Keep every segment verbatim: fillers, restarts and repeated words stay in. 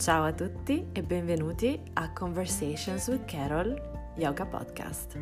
Ciao a tutti e benvenuti a Conversations with Carol Yoga Podcast.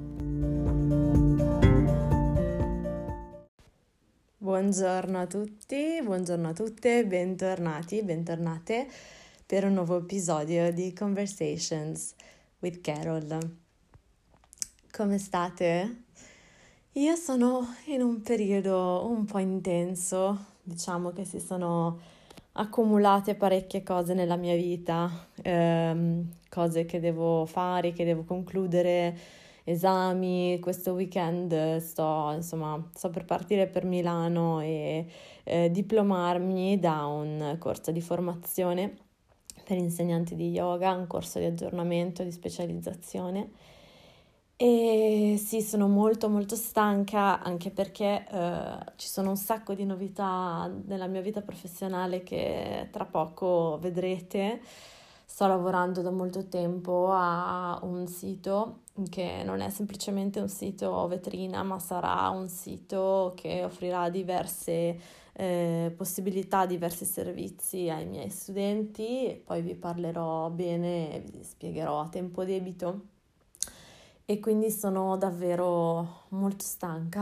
Buongiorno a tutti, buongiorno a tutte, bentornati, bentornate per un nuovo episodio di Conversations with Carol. Come state? Io sono in un periodo un po' intenso, diciamo che si sono accumulate parecchie cose nella mia vita, ehm, cose che devo fare, che devo concludere, esami. Questo weekend sto, insomma, sto per partire per Milano e eh, diplomarmi da un corso di formazione per insegnanti di yoga, un corso di aggiornamento, di specializzazione. E sì, sono molto molto stanca anche perché eh, ci sono un sacco di novità nella mia vita professionale che tra poco vedrete. Sto lavorando da molto tempo a un sito che non è semplicemente un sito vetrina, ma sarà un sito che offrirà diverse eh, possibilità, diversi servizi ai miei studenti. Poi vi parlerò bene e vi spiegherò a tempo debito. E quindi sono davvero molto stanca,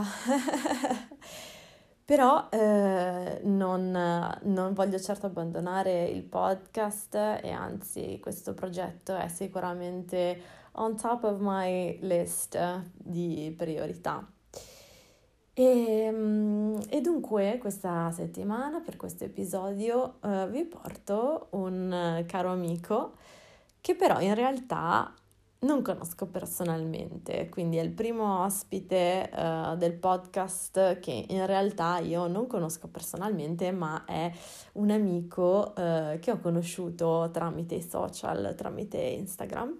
però eh, non, non voglio certo abbandonare il podcast e anzi questo progetto è sicuramente on top of my list di priorità. E, e dunque questa settimana per questo episodio eh, vi porto un caro amico che però in realtà non conosco personalmente, quindi è il primo ospite uh, del podcast che in realtà io non conosco personalmente, ma è un amico uh, che ho conosciuto tramite i social, tramite Instagram.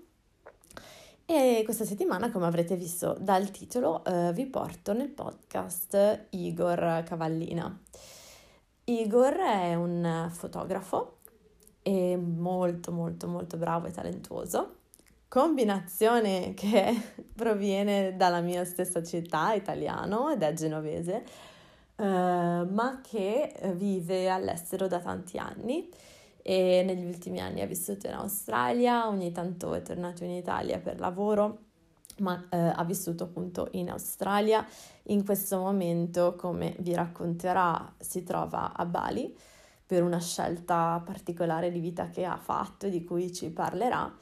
E questa settimana, come avrete visto dal titolo, uh, vi porto nel podcast Igor Cavallina. Igor è un fotografo e molto molto molto bravo e talentuoso. Combinazione che proviene dalla mia stessa città, italiano, ed è genovese, eh, ma che vive all'estero da tanti anni e negli ultimi anni ha vissuto in Australia, ogni tanto è tornato in Italia per lavoro, ma eh, ha vissuto appunto in Australia. In questo momento, come vi racconterà, si trova a Bali per una scelta particolare di vita che ha fatto e di cui ci parlerà.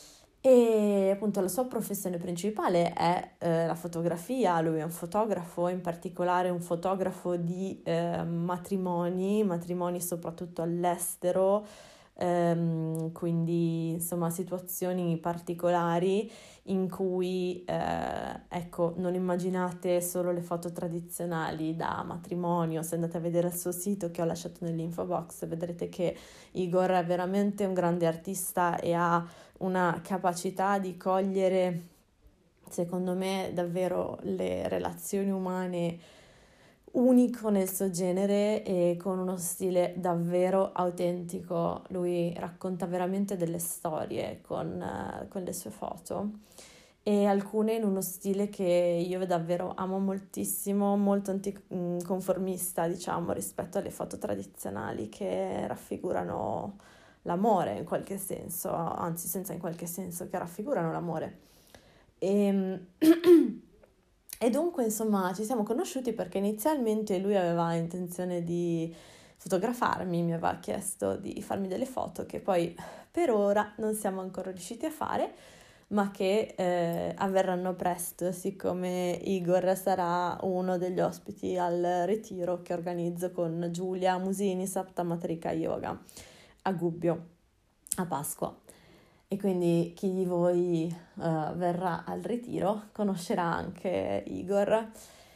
E appunto la sua professione principale è eh, la fotografia. Lui è un fotografo, in particolare un fotografo di eh, matrimoni, matrimoni soprattutto all'estero, ehm, quindi insomma situazioni particolari in cui, eh, ecco, non immaginate solo le foto tradizionali da matrimonio. Se andate a vedere il suo sito che ho lasciato nell'info box vedrete che Igor è veramente un grande artista e ha una capacità di cogliere, secondo me, davvero le relazioni umane unico nel suo genere e con uno stile davvero autentico. Lui racconta veramente delle storie con, uh, con le sue foto e alcune in uno stile che io davvero amo moltissimo, molto anticonformista, diciamo, rispetto alle foto tradizionali che raffigurano l'amore in qualche senso, anzi senza in qualche senso, che raffigurano l'amore. E, e dunque, insomma, ci siamo conosciuti perché inizialmente lui aveva intenzione di fotografarmi, mi aveva chiesto di farmi delle foto che poi per ora non siamo ancora riusciti a fare, ma che eh, avverranno presto, siccome Igor sarà uno degli ospiti al ritiro che organizzo con Giulia Musini, Saptamatrika Yoga a Gubbio a Pasqua. E quindi chi di voi uh, verrà al ritiro conoscerà anche Igor.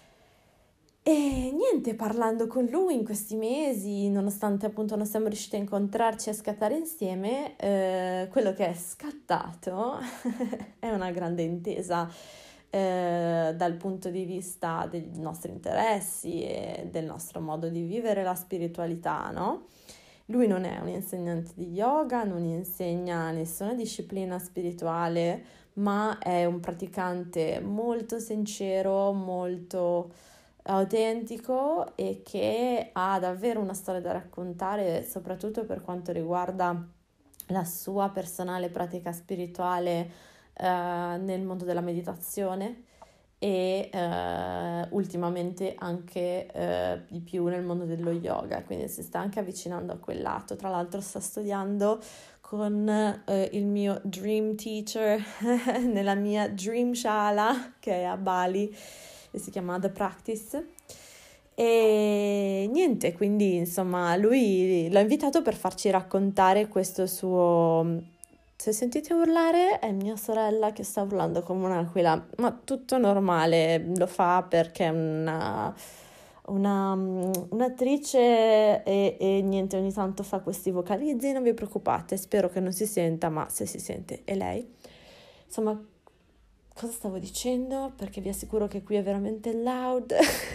E niente, parlando con lui in questi mesi, nonostante appunto non siamo riusciti a incontrarci e a scattare insieme, eh, quello che è scattato è una grande intesa eh, dal punto di vista dei nostri interessi e del nostro modo di vivere la spiritualità, no? Lui non è un insegnante di yoga, non insegna nessuna disciplina spirituale, ma è un praticante molto sincero, molto autentico e che ha davvero una storia da raccontare, soprattutto per quanto riguarda la sua personale pratica spirituale eh, nel mondo della meditazione e eh, ultimamente anche eh, di più nel mondo dello yoga, quindi si sta anche avvicinando a quel lato. Tra l'altro sta studiando con eh, il mio dream teacher nella mia dream shala che è a Bali e si chiama The Practice. E niente, quindi insomma lui l'ho invitato per farci raccontare questo suo... Se sentite urlare è mia sorella che sta urlando come un'aquila, ma tutto normale, lo fa perché è una, una, un'attrice e, e niente, ogni tanto fa questi vocalizzi, non vi preoccupate, spero che non si senta, ma se si sente è lei. Insomma, cosa stavo dicendo? Perché vi assicuro che qui è veramente loud.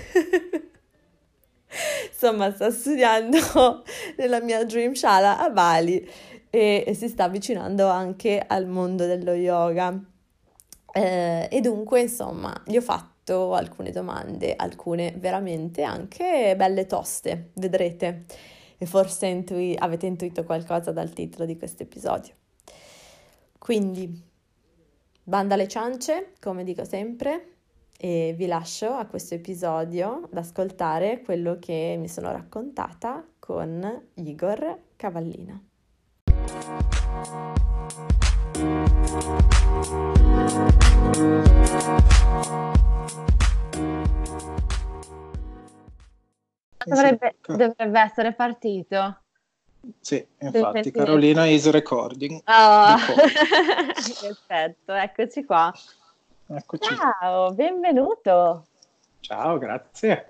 Insomma, sta studiando nella mia Dream Shala a Bali e, e si sta avvicinando anche al mondo dello yoga. Eh, e dunque, insomma, gli ho fatto alcune domande, alcune veramente anche belle toste, vedrete. E forse intui- avete intuito qualcosa dal titolo di questo episodio. Quindi, banda alle ciance, come dico sempre, e vi lascio a questo episodio ad ascoltare quello che mi sono raccontata con Igor Cavallina. Dovrebbe, dovrebbe essere partito. Sì, infatti, Carolina is recording. Oh, perfetto, eccoci qua. Eccoci. Ciao, benvenuto. Ciao, grazie.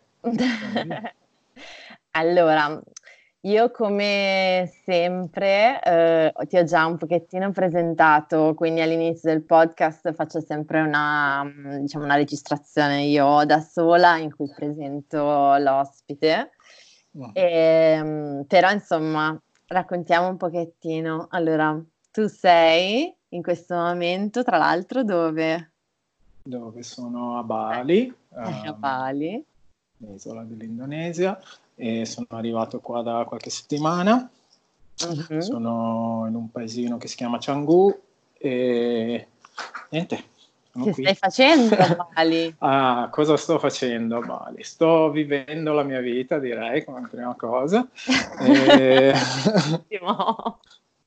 Allora, io come sempre eh, ti ho già un pochettino presentato, quindi all'inizio del podcast faccio sempre una, diciamo, una registrazione io da sola in cui presento l'ospite. Mm. E, però insomma, raccontiamo un pochettino. Allora, tu sei in questo momento, tra l'altro, dove? Dove sono a Bali, A um, Bali. l'isola dell'Indonesia, e sono arrivato qua da qualche settimana. Mhm. Sono in un paesino che si chiama Canggu e niente, sono Che qui. stai facendo a Bali? Ah, cosa sto facendo a Bali? Sto vivendo la mia vita, direi, come prima cosa. e... Ottimo.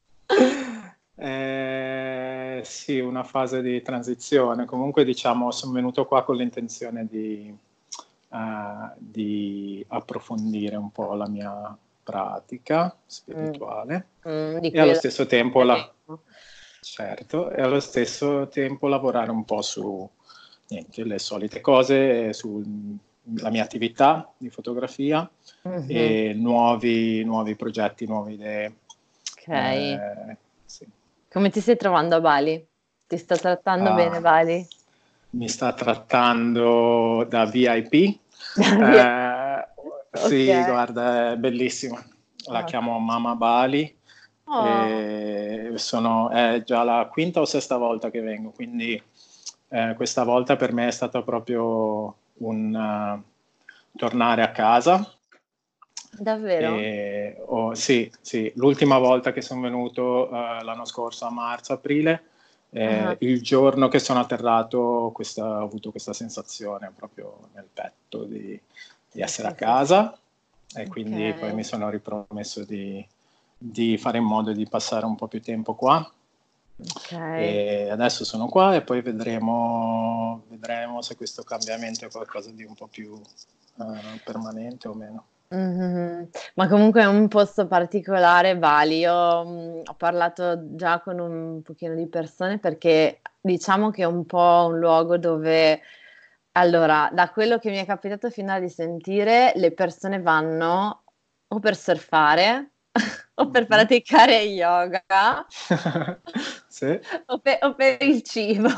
Eh, sì, una fase di transizione. Comunque, diciamo, sono venuto qua con l'intenzione di, uh, di approfondire un po' la mia pratica spirituale Mm. Mm, di e allo quello stesso che tempo la... sapevo. certo, e allo stesso tempo lavorare un po' su niente, le solite cose, sulla mia attività di fotografia Mhm. e nuovi, nuovi progetti, nuove idee. Ok. Eh, sì. Come ti stai trovando a Bali? Ti sta trattando Ah, bene Bali? mi sta trattando da V I P. Eh, sì, Ok. guarda, è bellissima. La Oh. chiamo Mama Bali. Oh. E sono, è già la quinta o sesta volta che vengo, quindi eh, questa volta per me è stato proprio un uh, tornare a casa. Davvero? E, oh, sì, sì, l'ultima volta che sono venuto uh, l'anno scorso a marzo-aprile, eh, Ah. il giorno che sono atterrato questa, ho avuto questa sensazione proprio nel petto di, di essere Sì, a sì, casa sì. e quindi Ok. poi mi sono ripromesso di, di fare in modo di passare un po' più tempo qua. Ok. E adesso sono qua e poi vedremo, vedremo se questo cambiamento è qualcosa di un po' più uh, permanente o meno. Mm-hmm. Ma comunque è un posto particolare, Bali. Io mh, ho parlato già con un pochino di persone perché diciamo che è un po' un luogo dove, allora, da quello che mi è capitato finora di sentire, le persone vanno o per surfare o per Mm-hmm. praticare yoga Sì. o, per, o per il cibo.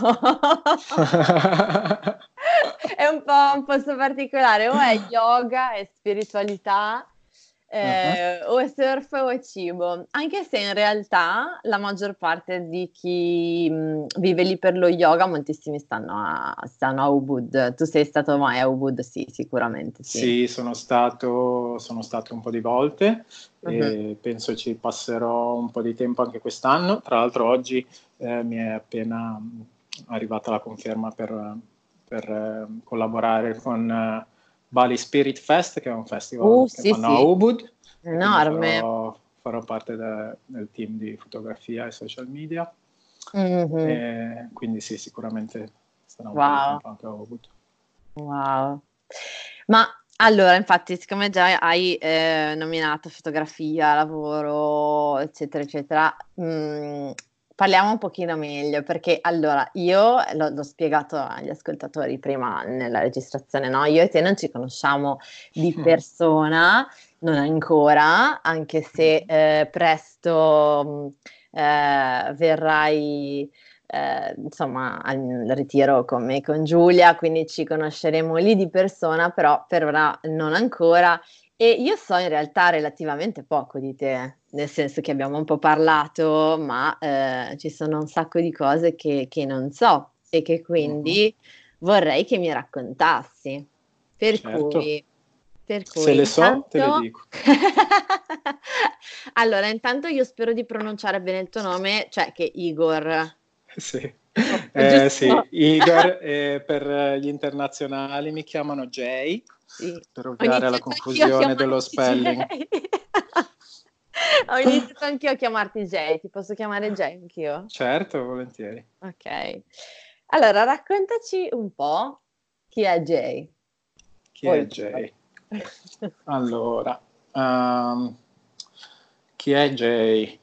È un po' un posto particolare, o è yoga e spiritualità, eh, o surf o cibo, anche se in realtà la maggior parte di chi mh, vive lì per lo yoga, moltissimi stanno a, stanno a Ubud. Tu sei stato mai a Ubud? Sì, sicuramente sì. Sì, sono stato, sono stato un po' di volte e Mhm. penso ci passerò un po' di tempo anche quest'anno. Tra l'altro oggi eh, mi è appena mh, arrivata la conferma per, per, eh, collaborare con eh, Bali Spirit Fest, che è un festival Uh, che sì, fanno a sì, Ubud, e quindi enorme. farò, farò parte de- del team di fotografia e social media. Mhm. E quindi sì, sicuramente sarà un po' di Wow. tempo anche a Ubud. Wow. Ma allora, infatti, siccome già hai eh, nominato fotografia, lavoro, eccetera, eccetera, mh, parliamo un pochino meglio, perché allora io l'ho, l'ho spiegato agli ascoltatori prima nella registrazione, no? Io e te non ci conosciamo di persona, non ancora, anche se eh, presto mh, eh, verrai eh, insomma, al ritiro con me e con Giulia, quindi ci conosceremo lì di persona, però per ora non ancora. E io so in realtà relativamente poco di te, nel senso che abbiamo un po' parlato, ma eh, ci sono un sacco di cose che, che non so e che Mhm. quindi vorrei che mi raccontassi. Per Certo, cui, per se cui le so, te le intanto... dico. Allora, intanto io spero di pronunciare bene il tuo nome, cioè che Igor. Sì, Oh, eh, giusto? sì. Igor, eh, per gli internazionali mi chiamano Jay, Sì, per ho ovviare alla iniziato anch'io a confusione dello chiamarti spelling. Jay. Ho iniziato anch'io a chiamarti Jay, ti posso chiamare Jay anch'io? Certo, volentieri. Ok. Allora, raccontaci un po' chi è Jay. Chi O è Igor. Jay? Allora, ehm, chi è Jay?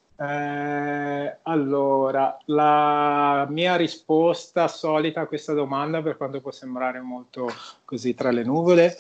Eh, allora, la mia risposta solita a questa domanda, per quanto può sembrare molto così tra le nuvole,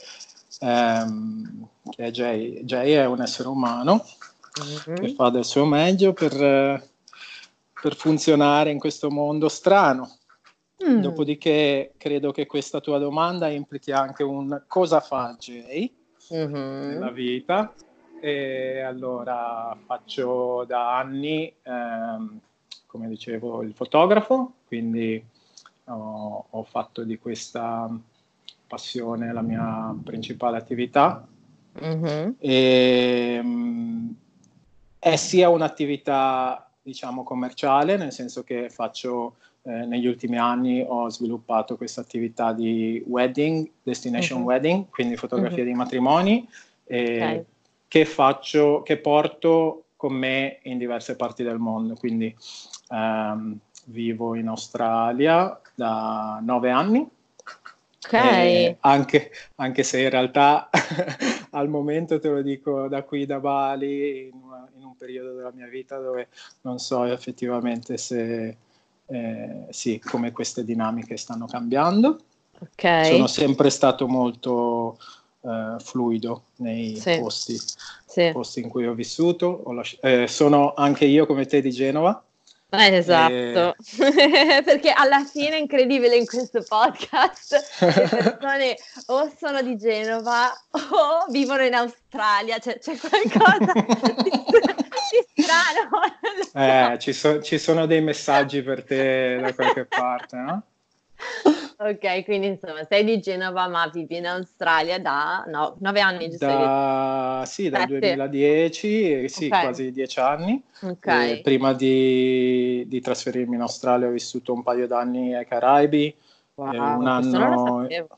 ehm, chi è Jay? Jay è un essere umano che Mhm. fa del suo meglio per, eh, per funzionare in questo mondo strano. Mm. Dopodiché credo che questa tua domanda implichi anche un cosa fa Jay nella Mhm. vita. E allora faccio da anni, ehm, come dicevo, il fotografo, quindi ho, ho fatto di questa passione la mia principale attività. Mhm. E, mh, è sia un'attività, diciamo, commerciale, nel senso che faccio, eh, negli ultimi anni ho sviluppato questa attività di wedding, destination Mhm. wedding, quindi Mhm. fotografia di matrimoni, eh, Ok. che faccio, che porto con me in diverse parti del mondo. Quindi ehm, vivo in Australia da nove anni, Ok. e anche, anche se in realtà al momento te lo dico da qui da Bali, in, una- in un periodo della mia vita dove non so effettivamente se eh, sì, come queste dinamiche stanno cambiando. Sono Ok. sempre stato molto eh, fluido nei Sì, posti, sì. posti in cui ho vissuto. Ho lasci- eh, sono anche io come te di Genova. Eh, E... esatto, perché alla fine è incredibile in questo podcast le persone o sono di Genova o vivono in Australia, cioè c'è qualcosa di, di strano, non lo Eh, so. ci, so- ci sono dei messaggi per te da qualche parte, no? Ok, quindi insomma sei di Genova ma vivi in Australia da no, nove anni, giusto? Hai detto? Da, sì, dal Sette? duemiladieci, eh, sì, Ok, quasi dieci anni. ok. Eh, prima di, di trasferirmi in Australia ho vissuto un paio d'anni ai Caraibi, eh, un Wow, questo non lo anno... sapevo.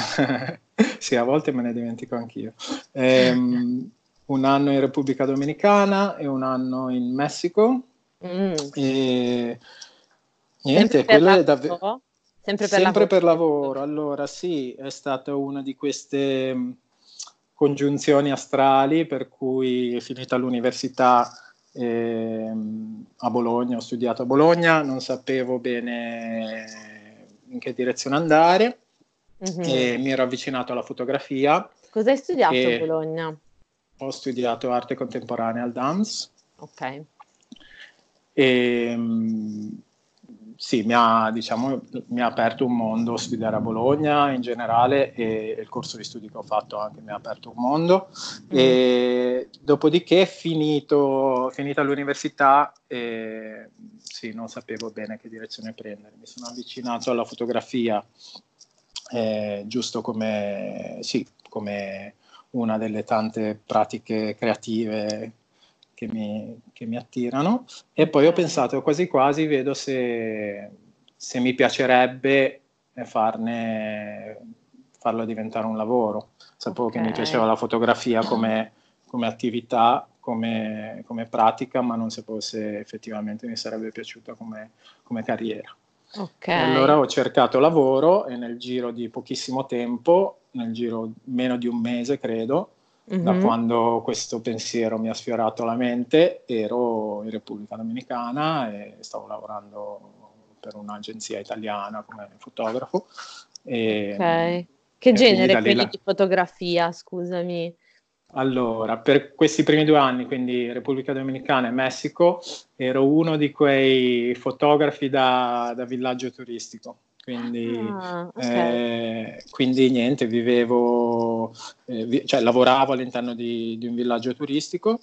Sì, a volte me ne dimentico anch'io. Ehm, un anno in Repubblica Dominicana e un anno in Messico. Mm. E Sempre niente, per quello è davvero lavoro? Sempre per sempre lavoro, per hai detto. lavoro. Allora, sì, è stata una di queste mh, congiunzioni astrali per cui, finita l'università ehm, a Bologna, ho studiato a Bologna, non sapevo bene in che direzione andare Mhm. e mi ero avvicinato alla fotografia Cosa hai studiato a e Bologna? ho studiato arte contemporanea al D A M S. Ok. E, mh, sì, mi ha, diciamo, mi ha aperto un mondo studiare a Bologna in generale, e il corso di studi che ho fatto anche mi ha aperto un mondo. Mm. E dopodiché, finito, finita l'università, eh, sì, non sapevo bene che direzione prendere. Mi sono avvicinato alla fotografia, eh, giusto come, sì, come una delle tante pratiche creative che mi, che mi attirano, e poi ho pensato quasi quasi vedo se, se mi piacerebbe farne, farlo diventare un lavoro. Sapevo okay. che mi piaceva la fotografia come, come attività, come, come pratica, ma non sapevo se effettivamente mi sarebbe piaciuta come, come carriera. Okay. E allora ho cercato lavoro, e nel giro di pochissimo tempo, nel giro meno di un mese credo, mm-hmm. da quando questo pensiero mi ha sfiorato la mente, ero in Repubblica Dominicana e stavo lavorando per un'agenzia italiana come fotografo. E, ok. Che genere quindi, quindi la... di fotografia, scusami? Allora, per questi primi due anni, quindi Repubblica Dominicana e Messico, ero uno di quei fotografi da, da villaggio turistico. Quindi, ah, okay. eh, quindi niente, vivevo, eh, vi, cioè lavoravo all'interno di, di un villaggio turistico,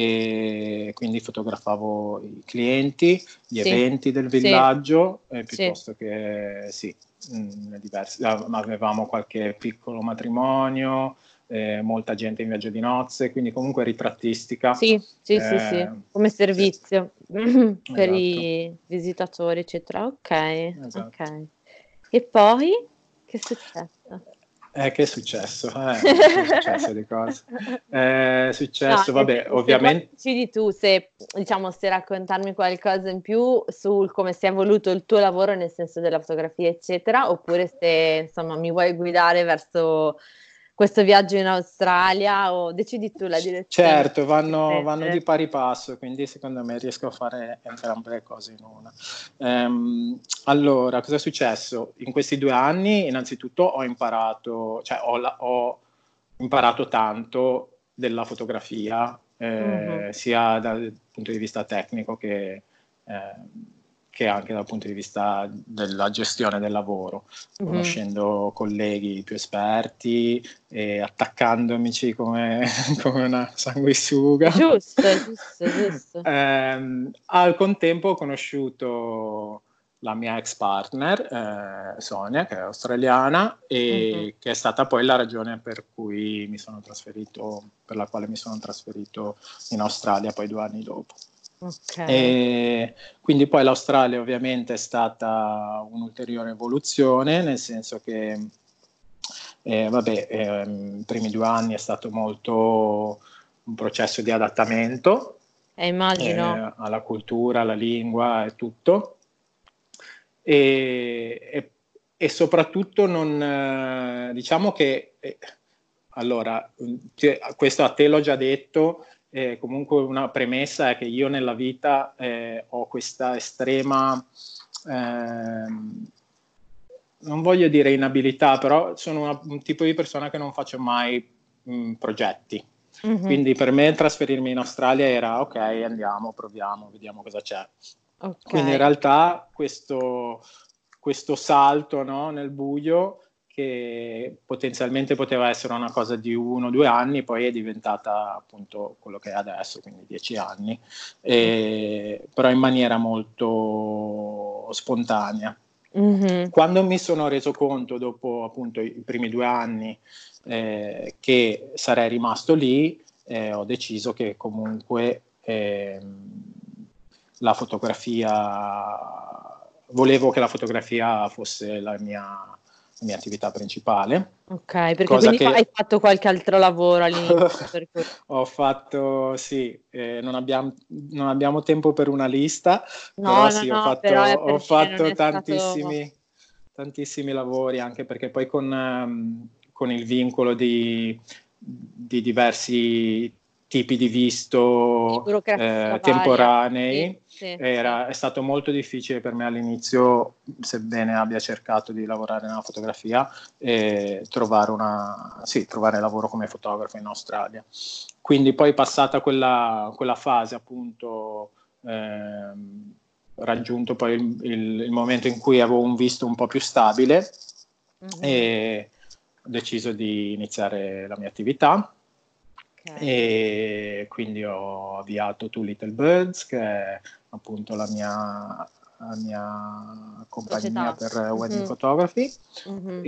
e quindi fotografavo i clienti, gli sì. eventi del villaggio, sì. eh, piuttosto sì. che sì, mh, diversi. Avevamo qualche piccolo matrimonio, eh, molta gente in viaggio di nozze, quindi comunque ritrattistica. Sì, sì, eh, sì, sì, come servizio sì. per esatto. i visitatori, eccetera. Ok, esatto. ok. E poi che è successo? Eh, che è successo? Eh, che è successo di cose? È successo, no, vabbè, ovviamente... Decidi tu se, diciamo, se raccontarmi qualcosa in più sul come si è evoluto il tuo lavoro nel senso della fotografia, eccetera, oppure se, insomma, mi vuoi guidare verso questo viaggio in Australia, o decidi tu la direzione. Certo, vanno, vanno di pari passo, quindi secondo me riesco a fare entrambe le cose in una. Ehm, allora, cosa è successo? In questi due anni, innanzitutto, ho imparato, cioè ho, la, ho imparato tanto della fotografia, eh, uh-huh. sia dal punto di vista tecnico che... Eh, che anche dal punto di vista della gestione del lavoro, mm-hmm. conoscendo colleghi più esperti e attaccandomici come, come una sanguisuga. Giusto, giusto, giusto. eh, al contempo ho conosciuto la mia ex partner, eh, Sonia, che è australiana, e mm-hmm. che è stata poi la ragione per cui mi sono trasferito, per la quale mi sono trasferito in Australia poi due anni dopo. Okay. E quindi poi l'Australia ovviamente è stata un'ulteriore evoluzione, nel senso che eh, vabbè, eh, i primi due anni è stato molto un processo di adattamento eh, immagino. Eh, alla cultura, alla lingua e tutto, e, e, e soprattutto non eh, diciamo che eh, allora, questo a te l'ho già detto. Eh, comunque una premessa è che io nella vita eh, ho questa estrema, eh, non voglio dire inabilità, però sono una, un tipo di persona che non faccio mai mh, progetti. Mm-hmm. Quindi per me trasferirmi in Australia era ok, andiamo, proviamo, vediamo cosa c'è. Okay. Quindi in realtà questo, questo salto, no, nel buio, che potenzialmente poteva essere una cosa di uno o due anni, poi è diventata appunto quello che è adesso, quindi dieci anni, e, però in maniera molto spontanea. Mm-hmm. Quando mi sono reso conto, dopo appunto i primi due anni, eh, che sarei rimasto lì, eh, ho deciso che comunque eh, la fotografia, volevo che la fotografia fosse la mia... la mia attività principale. Ok, perché quindi che... hai fatto qualche altro lavoro all'inizio? Ho fatto, sì, eh, non, abbiamo, non abbiamo tempo per una lista, no, però no, sì, no, ho fatto, ho fatto tantissimi, stato... tantissimi lavori, anche perché poi con, um, con il vincolo di, di diversi tipi di visto eh, temporanei, sì, sì, era, sì. È stato molto difficile per me all'inizio, sebbene abbia cercato di lavorare nella fotografia, eh, trovare, una, sì, trovare lavoro come fotografo in Australia. Quindi poi passata quella, quella fase appunto ehm, raggiunto poi il, il, il momento in cui avevo un visto un po' più stabile, mm-hmm. e ho deciso di iniziare la mia attività. Okay. E quindi ho avviato Two Little Birds, che è appunto la mia, la mia compagnia Società. per wedding mm-hmm. photography, mm-hmm.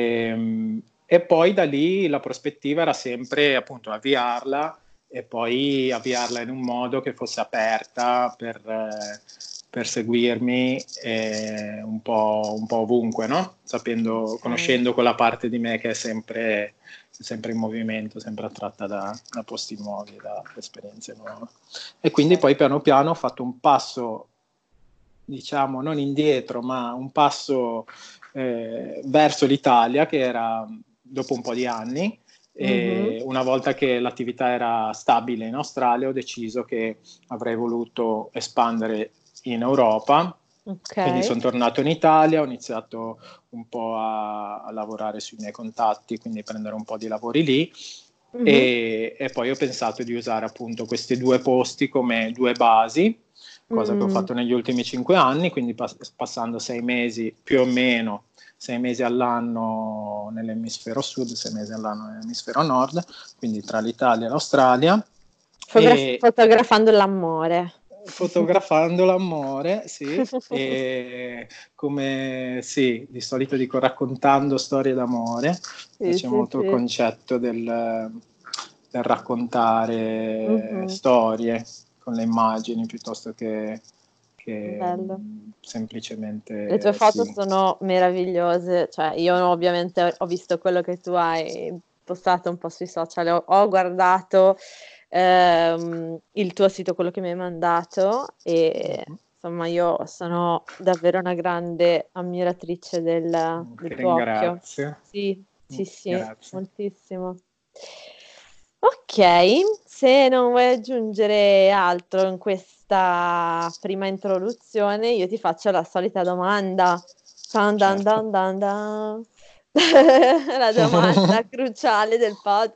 E, e poi da lì la prospettiva era sempre appunto avviarla e poi avviarla in un modo che fosse aperta per, eh, per seguirmi eh, un po', un po' ovunque, no? Sapendo, okay. conoscendo quella parte di me che è sempre, sempre in movimento, sempre attratta da, da posti nuovi, da esperienze nuove. E quindi okay. poi piano piano ho fatto un passo, diciamo, non indietro, ma un passo eh, verso l'Italia, che era dopo un po' di anni. E mm-hmm. una volta che l'attività era stabile in Australia, ho deciso che avrei voluto espandere in Europa, okay. quindi sono tornato in Italia, ho iniziato un po' a, a lavorare sui miei contatti, quindi prendere un po' di lavori lì, mm-hmm. e, e poi ho pensato di usare appunto questi due posti come due basi, cosa mm. che ho fatto negli ultimi cinque anni, quindi pass- passando sei mesi più o meno sei mesi all'anno nell'emisfero sud, sei mesi all'anno nell'emisfero nord, quindi tra l'Italia e l'Australia. Fotogra- e fotografando l'amore. Fotografando l'amore, sì, e come sì, di solito dico raccontando storie d'amore, sì, c'è sì, molto sì. il concetto del, del raccontare mm-hmm. storie con le immagini piuttosto che che Bello. semplicemente le tue foto sì. sono meravigliose, cioè io ovviamente ho visto quello che tu hai postato un po' sui social, ho, ho guardato ehm, il tuo sito, quello che mi hai mandato, e uh-huh. insomma io sono davvero una grande ammiratrice del, del tuo occhio. Sì, sì, sì, Grazie. moltissimo. Ok, se non vuoi aggiungere altro in questa prima introduzione, io ti faccio la solita domanda. Dan, dan, Certo. dan, dan, dan. La domanda cruciale del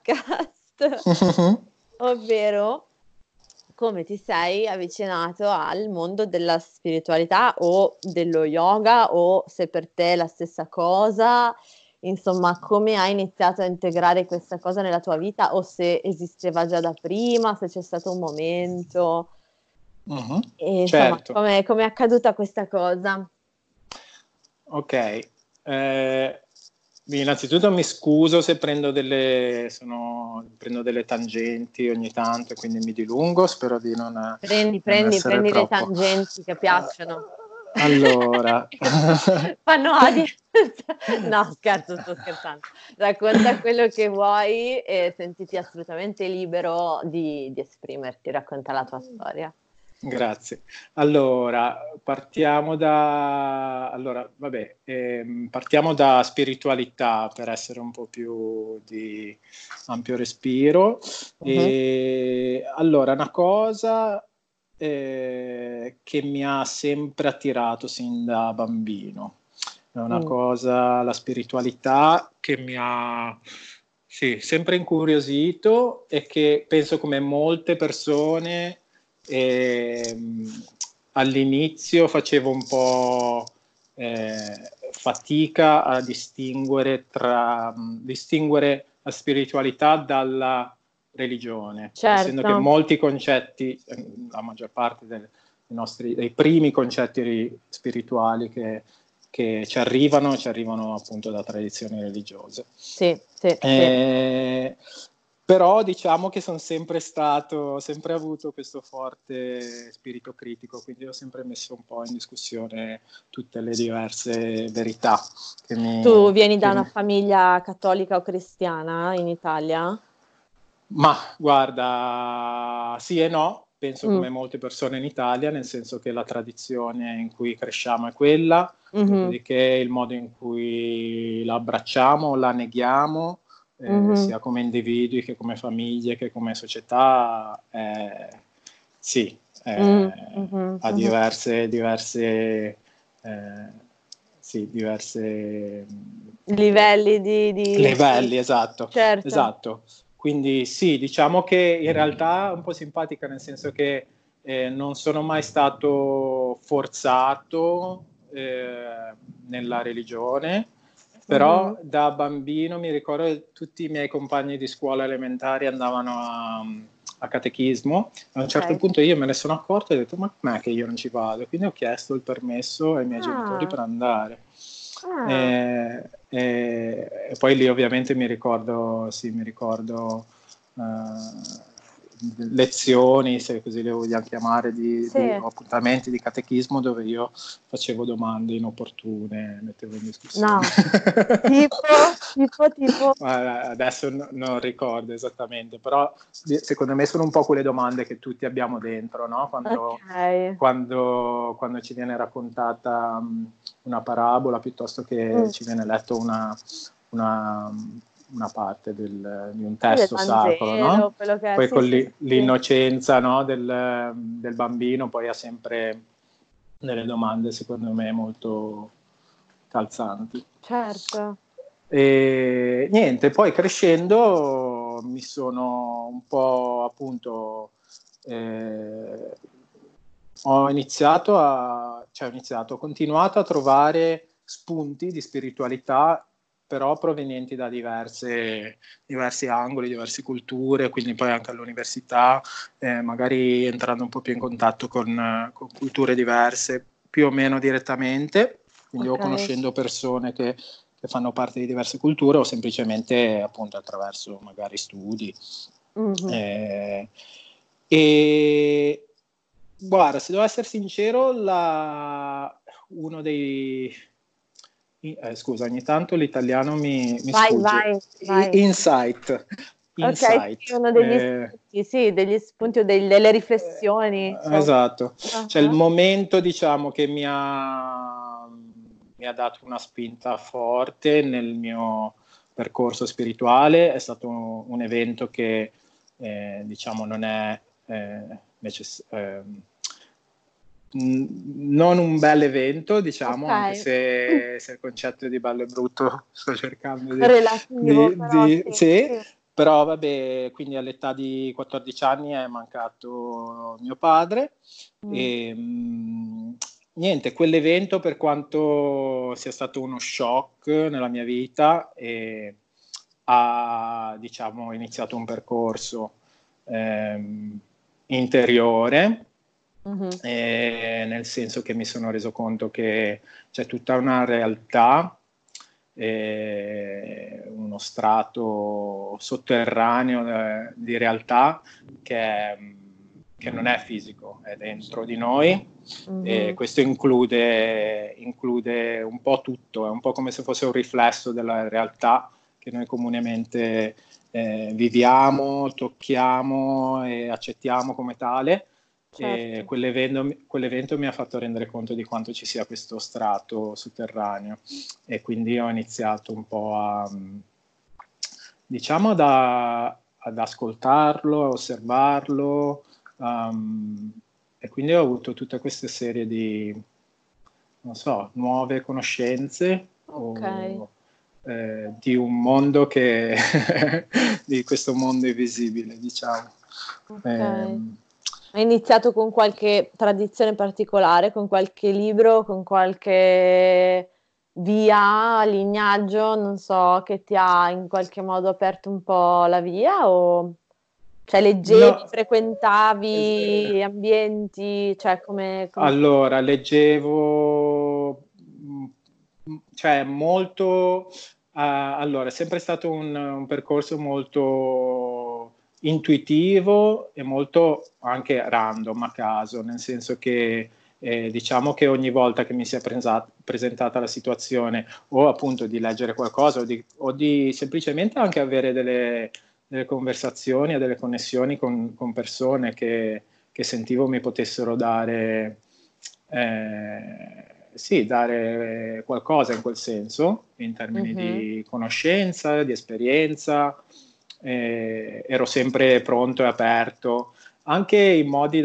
podcast, ovvero come ti sei avvicinato al mondo della spiritualità o dello yoga, o se per te è la stessa cosa. Insomma, come hai iniziato a integrare questa cosa nella tua vita, o se esisteva già da prima, se c'è stato un momento. Uh-huh. E, insomma, certo. come è accaduta questa cosa? Ok, eh, innanzitutto mi scuso se prendo delle, sono, prendo delle tangenti ogni tanto e quindi mi dilungo, spero di non Prendi, non prendi, essere prendi troppo. le tangenti che piacciono. Allora, fanno odio. No, scherzo, sto scherzando. Racconta quello che vuoi e sentiti assolutamente libero di, di esprimerti, racconta la tua storia. Grazie. Allora, partiamo da, allora, vabbè, ehm, partiamo da spiritualità per essere un po' più di ampio respiro. Uh-huh. E, allora, una cosa eh, che mi ha sempre attirato sin da bambino, è una mm. cosa, la spiritualità che mi ha sì, sempre incuriosito e che penso come molte persone E, all'inizio facevo un po' eh, fatica a distinguere tra distinguere la spiritualità dalla religione, certo. essendo che molti concetti, la maggior parte dei nostri dei primi concetti spirituali che, che ci arrivano, ci arrivano appunto da tradizioni religiose. Sì, sì, eh, sì. Però diciamo che sono sempre stato, sempre avuto questo forte spirito critico, quindi ho sempre messo un po' in discussione tutte le diverse verità. Che mi, tu vieni da mi... una famiglia cattolica o cristiana in Italia? Ma guarda, sì e no, penso mm. come molte persone in Italia, nel senso che la tradizione in cui cresciamo è quella, mm-hmm. dopodiché il modo in cui la abbracciamo, la neghiamo, Eh, mm-hmm. sia come individui che come famiglie che come società, eh, sì, eh, mm-hmm. ha diverse, diverse, eh, sì, diverse livelli di, di... livelli, esatto, certo. esatto. Quindi sì, diciamo che in realtà è un po' simpatica, nel senso che eh, non sono mai stato forzato eh, nella religione, però Mhm. da bambino mi ricordo che tutti i miei compagni di scuola elementari andavano a, a catechismo. A un certo Ok. punto io me ne sono accorto e ho detto: ma com'è che io non ci vado? Quindi ho chiesto il permesso ai miei genitori Ah, per andare. ah, E, e- e poi lì ovviamente mi ricordo, sì, mi ricordo eh, lezioni, se così le vogliamo chiamare, di, sì, di o appuntamenti di catechismo dove io facevo domande inopportune, mettevo in discussione. no, tipo, tipo, tipo, Guarda, adesso no- non ricordo esattamente, però di- secondo me sono un po' quelle domande che tutti abbiamo dentro, no? Quando, ok. quando- quando ci viene raccontata mh, una parabola piuttosto che Mm. ci viene letto una, una- una parte del- di un Sì, del testo sacro, Vangelo, no? quello che è, Poi sì, con sì, sì, l'i- sì, l'innocenza, no, del, del bambino poi ha sempre delle domande, secondo me, molto calzanti. certo. E niente, poi crescendo mi sono un po' appunto eh, ho iniziato a, cioè ho iniziato, ho continuato a trovare spunti di spiritualità, però provenienti da diverse, diversi angoli, diverse culture, quindi poi anche all'università, eh, magari entrando un po' più in contatto con, con culture diverse, più o meno direttamente, quindi o Ok. conoscendo persone che che fanno parte di diverse culture o semplicemente appunto attraverso magari studi. Mhm. Eh, e guarda, se devo essere sincero, la, uno dei... eh, scusa, ogni tanto l'italiano mi, mi Vai, sfugge. vai, I- vai. Insight. Ok, sì, Insight. uno degli Eh, spunti, sì, degli spunti o dei- delle riflessioni, eh, insomma. esatto. Ah, Cioè il ah. momento, diciamo, che mi ha, mi ha dato una spinta forte nel mio percorso spirituale è stato un, un evento che, eh, diciamo, non è eh, necess- ehm, mh, non un bel evento, Ok. diciamo, anche se, se il concetto di bello e brutto sto cercando di, Relativo, di, però di sì, sì, sì. però vabbè, quindi all'età di quattordici anni è mancato mio padre Mm. e mh, niente, quell'evento per quanto sia stato uno shock nella mia vita e ha, diciamo, iniziato un percorso ehm, interiore, Mhm. eh, nel senso che mi sono reso conto che c'è tutta una realtà, eh, uno strato sotterraneo eh, di realtà che, è, che non è fisico, è dentro di noi. E Mhm. questo include, include un po' tutto, è un po' come se fosse un riflesso della realtà che noi comunemente eh, viviamo, tocchiamo e accettiamo come tale. E Certo. quell'evento, quell'evento mi ha fatto rendere conto di quanto ci sia questo strato sotterraneo e quindi ho iniziato un po' a, diciamo, da, ad ascoltarlo, a osservarlo, um, e quindi ho avuto tutta questa serie di, non so, nuove conoscenze Ok, o eh, di un mondo che di questo mondo invisibile, diciamo. ok. Ehm, Hai iniziato con qualche tradizione particolare, con qualche libro, con qualche via, lignaggio, non so, che ti ha in qualche modo aperto un po' la via o cioè leggevi, no, eh, frequentavi ambienti, cioè come, come allora, leggevo, mm, cioè molto, eh, allora, è sempre stato un, un percorso molto intuitivo e molto anche random a caso, nel senso che eh, diciamo che ogni volta che mi si è presa- presentata la situazione o appunto di leggere qualcosa o di, o di semplicemente anche avere delle, delle conversazioni e delle connessioni con, con persone che che sentivo mi potessero dare, eh, sì, dare qualcosa in quel senso, in termini Mhm. di conoscenza, di esperienza. Eh, ero sempre pronto e aperto, anche in modi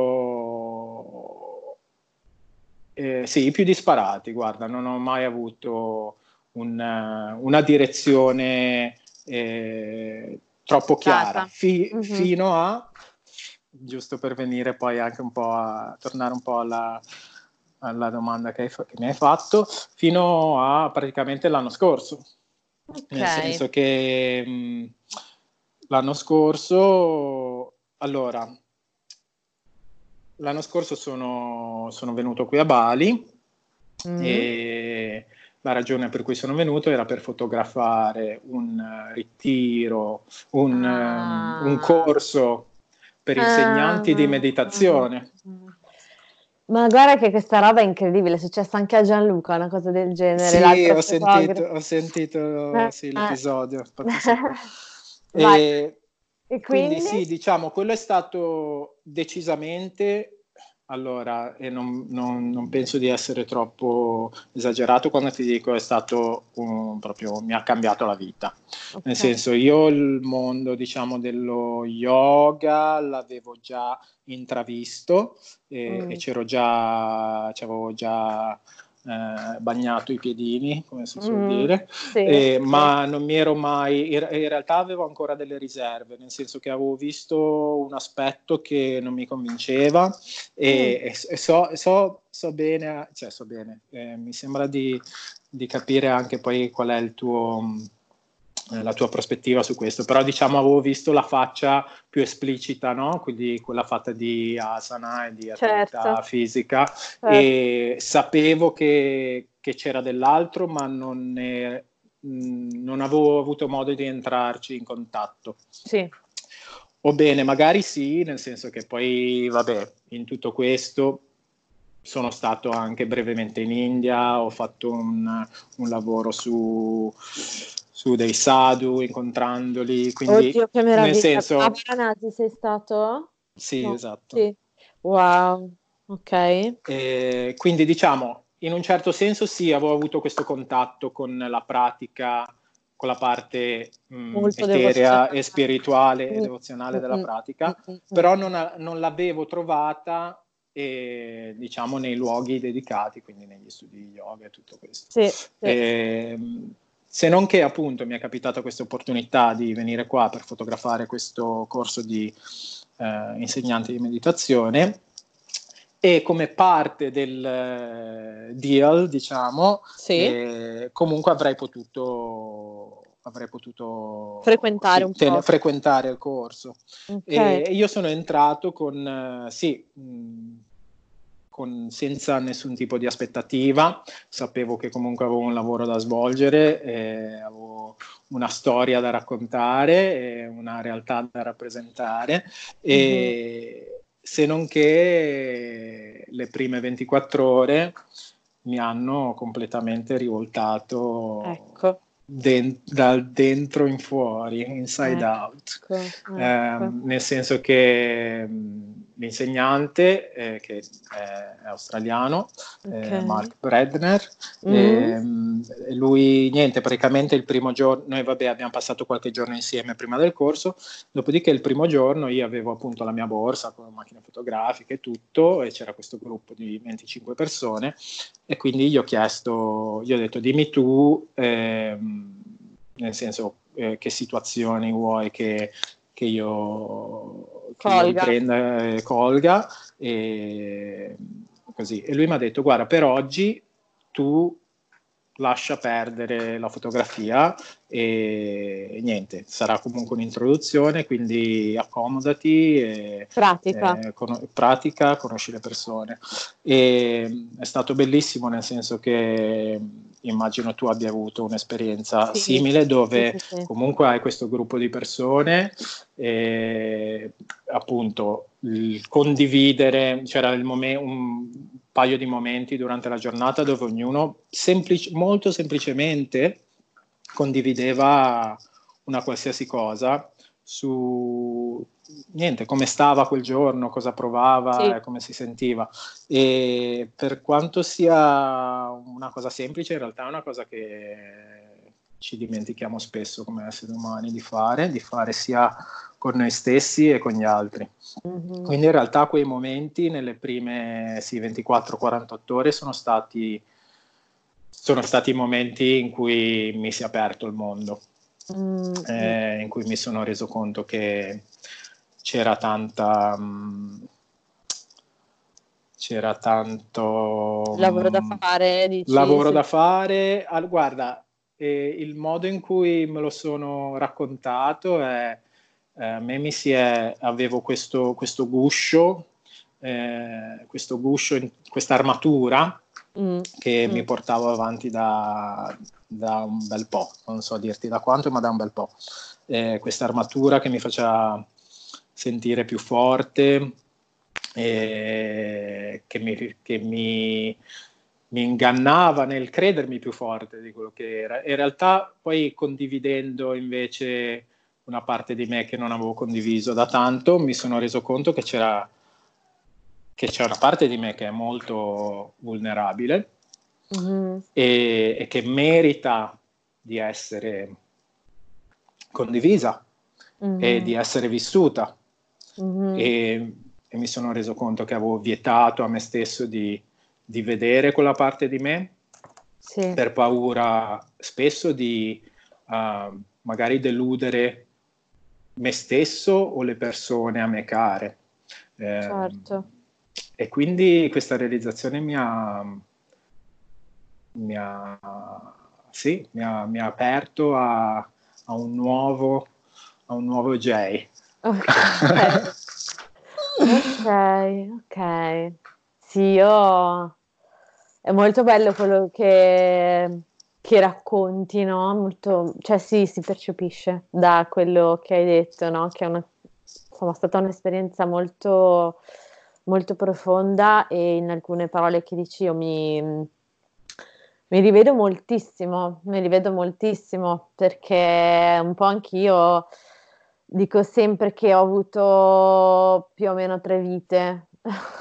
davvero, eh, sì, più disparati. Guarda, non ho mai avuto un, una direzione eh, troppo chiara, Data. fi- Mhm. fino a giusto per venire poi anche un po' a tornare un po' alla, alla domanda che, hai, che mi hai fatto, fino a praticamente l'anno scorso. Ok. Nel senso che mh, l'anno scorso, allora, l'anno scorso sono, sono venuto qui a Bali Mm. e la ragione per cui sono venuto era per fotografare un uh, ritiro, un, Ah. um, un corso per insegnanti Ah. di meditazione. Ma guarda che questa roba è incredibile, è successa anche a Gianluca, una cosa del genere. Sì, l'altro ho sentito, fotografo. ho sentito sì, l'episodio. Infatti sì. Vai. E E quindi quindi? sì, diciamo, quello è stato decisamente, allora, e non, non- non penso di essere troppo esagerato quando ti dico è stato un- proprio, mi ha cambiato la vita. Nel Ok. senso, io il mondo, diciamo, dello yoga l'avevo già intravisto e, Mm. e c'ero già, ci avevo già eh, bagnato i piedini, come si suol Mm. dire, Sì, eh, sì. ma non mi ero mai, in, in realtà avevo ancora delle riserve, nel senso che avevo visto un aspetto che non mi convinceva e, Mm. e- e so, so- so bene, cioè so bene, eh, mi sembra di, di capire anche poi qual è il tuo, eh, la tua prospettiva su questo, però diciamo avevo visto la faccia più esplicita, no? Quindi quella fatta di asana e di attività Certo, fisica certo. e sapevo che, che c'era dell'altro, ma non, ne- mh, non avevo avuto modo di entrarci in contatto. Sì. O bene, magari sì, nel senso che poi, vabbè, in tutto questo sono stato anche brevemente in India, ho fatto un, un lavoro su, su dei sadhu, incontrandoli, quindi Oddio, che nel meraviglia. A senso, Varanasi sei stato? sì, No. esatto. Sì. Wow, ok. E quindi diciamo, in un certo senso sì, avevo avuto questo contatto con la pratica, con la parte mh, Molto eterea e devozionale. spirituale e Mm, devozionale mm, della mm, mm, pratica, mm, mm. però non, a- non l'avevo trovata eh, diciamo nei luoghi dedicati, quindi negli studi di yoga e tutto questo. Sì, sì. Ehm, se non che appunto mi è capitata questa opportunità di venire qua per fotografare questo corso di eh, insegnante di meditazione e come parte del eh, deal, diciamo, Sì. eh, comunque avrei potuto, avrei potuto Frequentare sì, un ten- po'. frequentare il corso. Ok. E io sono entrato con, eh, sì, mh, con- senza nessun tipo di aspettativa, sapevo che comunque avevo un lavoro da svolgere, eh, avevo una storia da raccontare, e una realtà da rappresentare Mhm. e se non che le prime ventiquattro ore mi hanno completamente rivoltato Ecco, den- dal dentro in fuori, inside out. ecco, ecco. Ehm, nel senso che mh, l'insegnante, eh, che è, è australiano, Ok. eh, Mark Bredner, Mhm. ehm, lui, niente, praticamente il primo giorno, noi vabbè abbiamo passato qualche giorno insieme prima del corso, dopodiché il primo giorno io avevo appunto la mia borsa con macchine fotografiche e tutto, e c'era questo gruppo di venticinque persone, e quindi gli ho chiesto, gli ho detto dimmi tu, ehm, nel senso eh, che situazioni vuoi che, che io, che io Colga. riprenda e colga, e così. E lui mi ha detto guarda, per oggi tu lascia perdere la fotografia e niente, sarà comunque un'introduzione, quindi accomodati e Pratica. eh, con- pratica, conosci le persone. E è stato bellissimo nel senso che immagino tu abbia avuto un'esperienza Sì, simile sì, dove sì, sì. comunque hai questo gruppo di persone e appunto il condividere, c'era il momen- un paio di momenti durante la giornata dove ognuno semplic- molto semplicemente condivideva una qualsiasi cosa su niente, come stava quel giorno, cosa Sì. provava, come si sentiva. E per quanto sia una cosa semplice, in realtà è una cosa che ci dimentichiamo spesso come esseri umani di fare, di fare sia con noi stessi e con gli altri. Mhm. Quindi in realtà quei momenti nelle prime sì, ventiquattro quarantotto ore sono stati, sono stati i momenti in cui mi si è aperto il mondo, Mm, mm. eh, in cui mi sono reso conto che c'era tanta... mh, c'era tanto Lavoro da mh, fare, dici? lavoro Sì. da fare. Al- guarda, eh, il modo in cui me lo sono raccontato è, eh, a me mi si è, avevo questo, questo guscio, eh, questo guscio, in- questa armatura Mm, che mm. mi portavo avanti da, da un bel po', non so dirti da quanto, ma da un bel po'. Eh, questa armatura che mi faceva sentire più forte, eh, che, mi, che mi, mi ingannava nel credermi più forte di quello che era. In realtà poi, condividendo invece una parte di me che non avevo condiviso da tanto, mi sono reso conto che c'era, che c'è una parte di me che è molto vulnerabile, Mhm, e, e che merita di essere condivisa e mhm, di essere vissuta. mhm. E, e mi sono reso conto che avevo vietato a me stesso di, di vedere quella parte di me, Sì, per paura spesso di uh, magari deludere me stesso o le persone a me care. Eh, certo. e quindi questa realizzazione mi ha, mi ha, sì, mi ha, mi ha aperto a, a un nuovo, a un nuovo Jay. Ok, ok, ok. Sì, io... È molto bello quello che, che racconti, no? Molto... Cioè sì, si percepisce da quello che hai detto, no? Che è una... insomma, è stata un'esperienza molto, molto profonda e in alcune parole che dici io mi, mi rivedo moltissimo, mi rivedo moltissimo perché un po' anch'io dico sempre che ho avuto più o meno tre vite.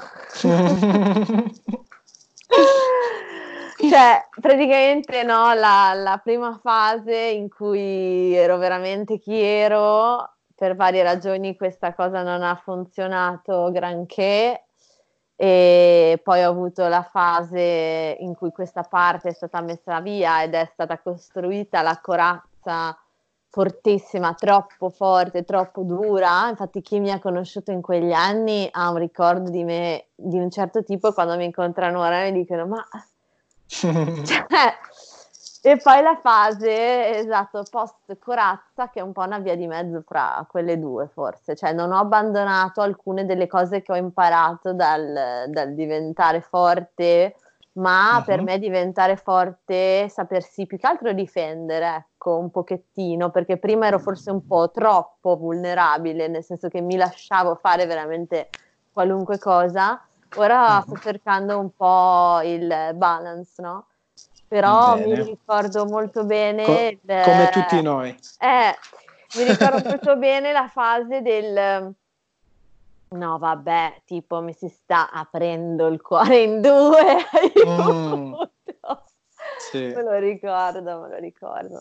Cioè, praticamente no, la, la prima fase in cui ero veramente chi ero, per varie ragioni questa cosa non ha funzionato granché, e poi ho avuto la fase in cui questa parte è stata messa via ed è stata costruita la corazza fortissima, troppo forte, troppo dura. Infatti chi mi ha conosciuto in quegli anni ha un ricordo di me di un certo tipo, e quando mi incontrano ora mi dicono ma... Cioè, e poi la fase, esatto, post corazza, che è un po' una via di mezzo fra quelle due forse, cioè non ho abbandonato alcune delle cose che ho imparato dal, dal diventare forte, ma per Mhm. me diventare forte è sapersi più che altro difendere, ecco, un pochettino, perché prima ero forse un po' troppo vulnerabile, nel senso che mi lasciavo fare veramente qualunque cosa. Ora sto Mhm. cercando un po' il balance, no? Però mi Bene. ricordo molto bene, Co- il- come tutti noi. eh, mi ricordo molto bene la fase del no, vabbè, tipo mi si sta aprendo il cuore in due, Mm, aiuto. sì. Me lo ricordo, me lo ricordo.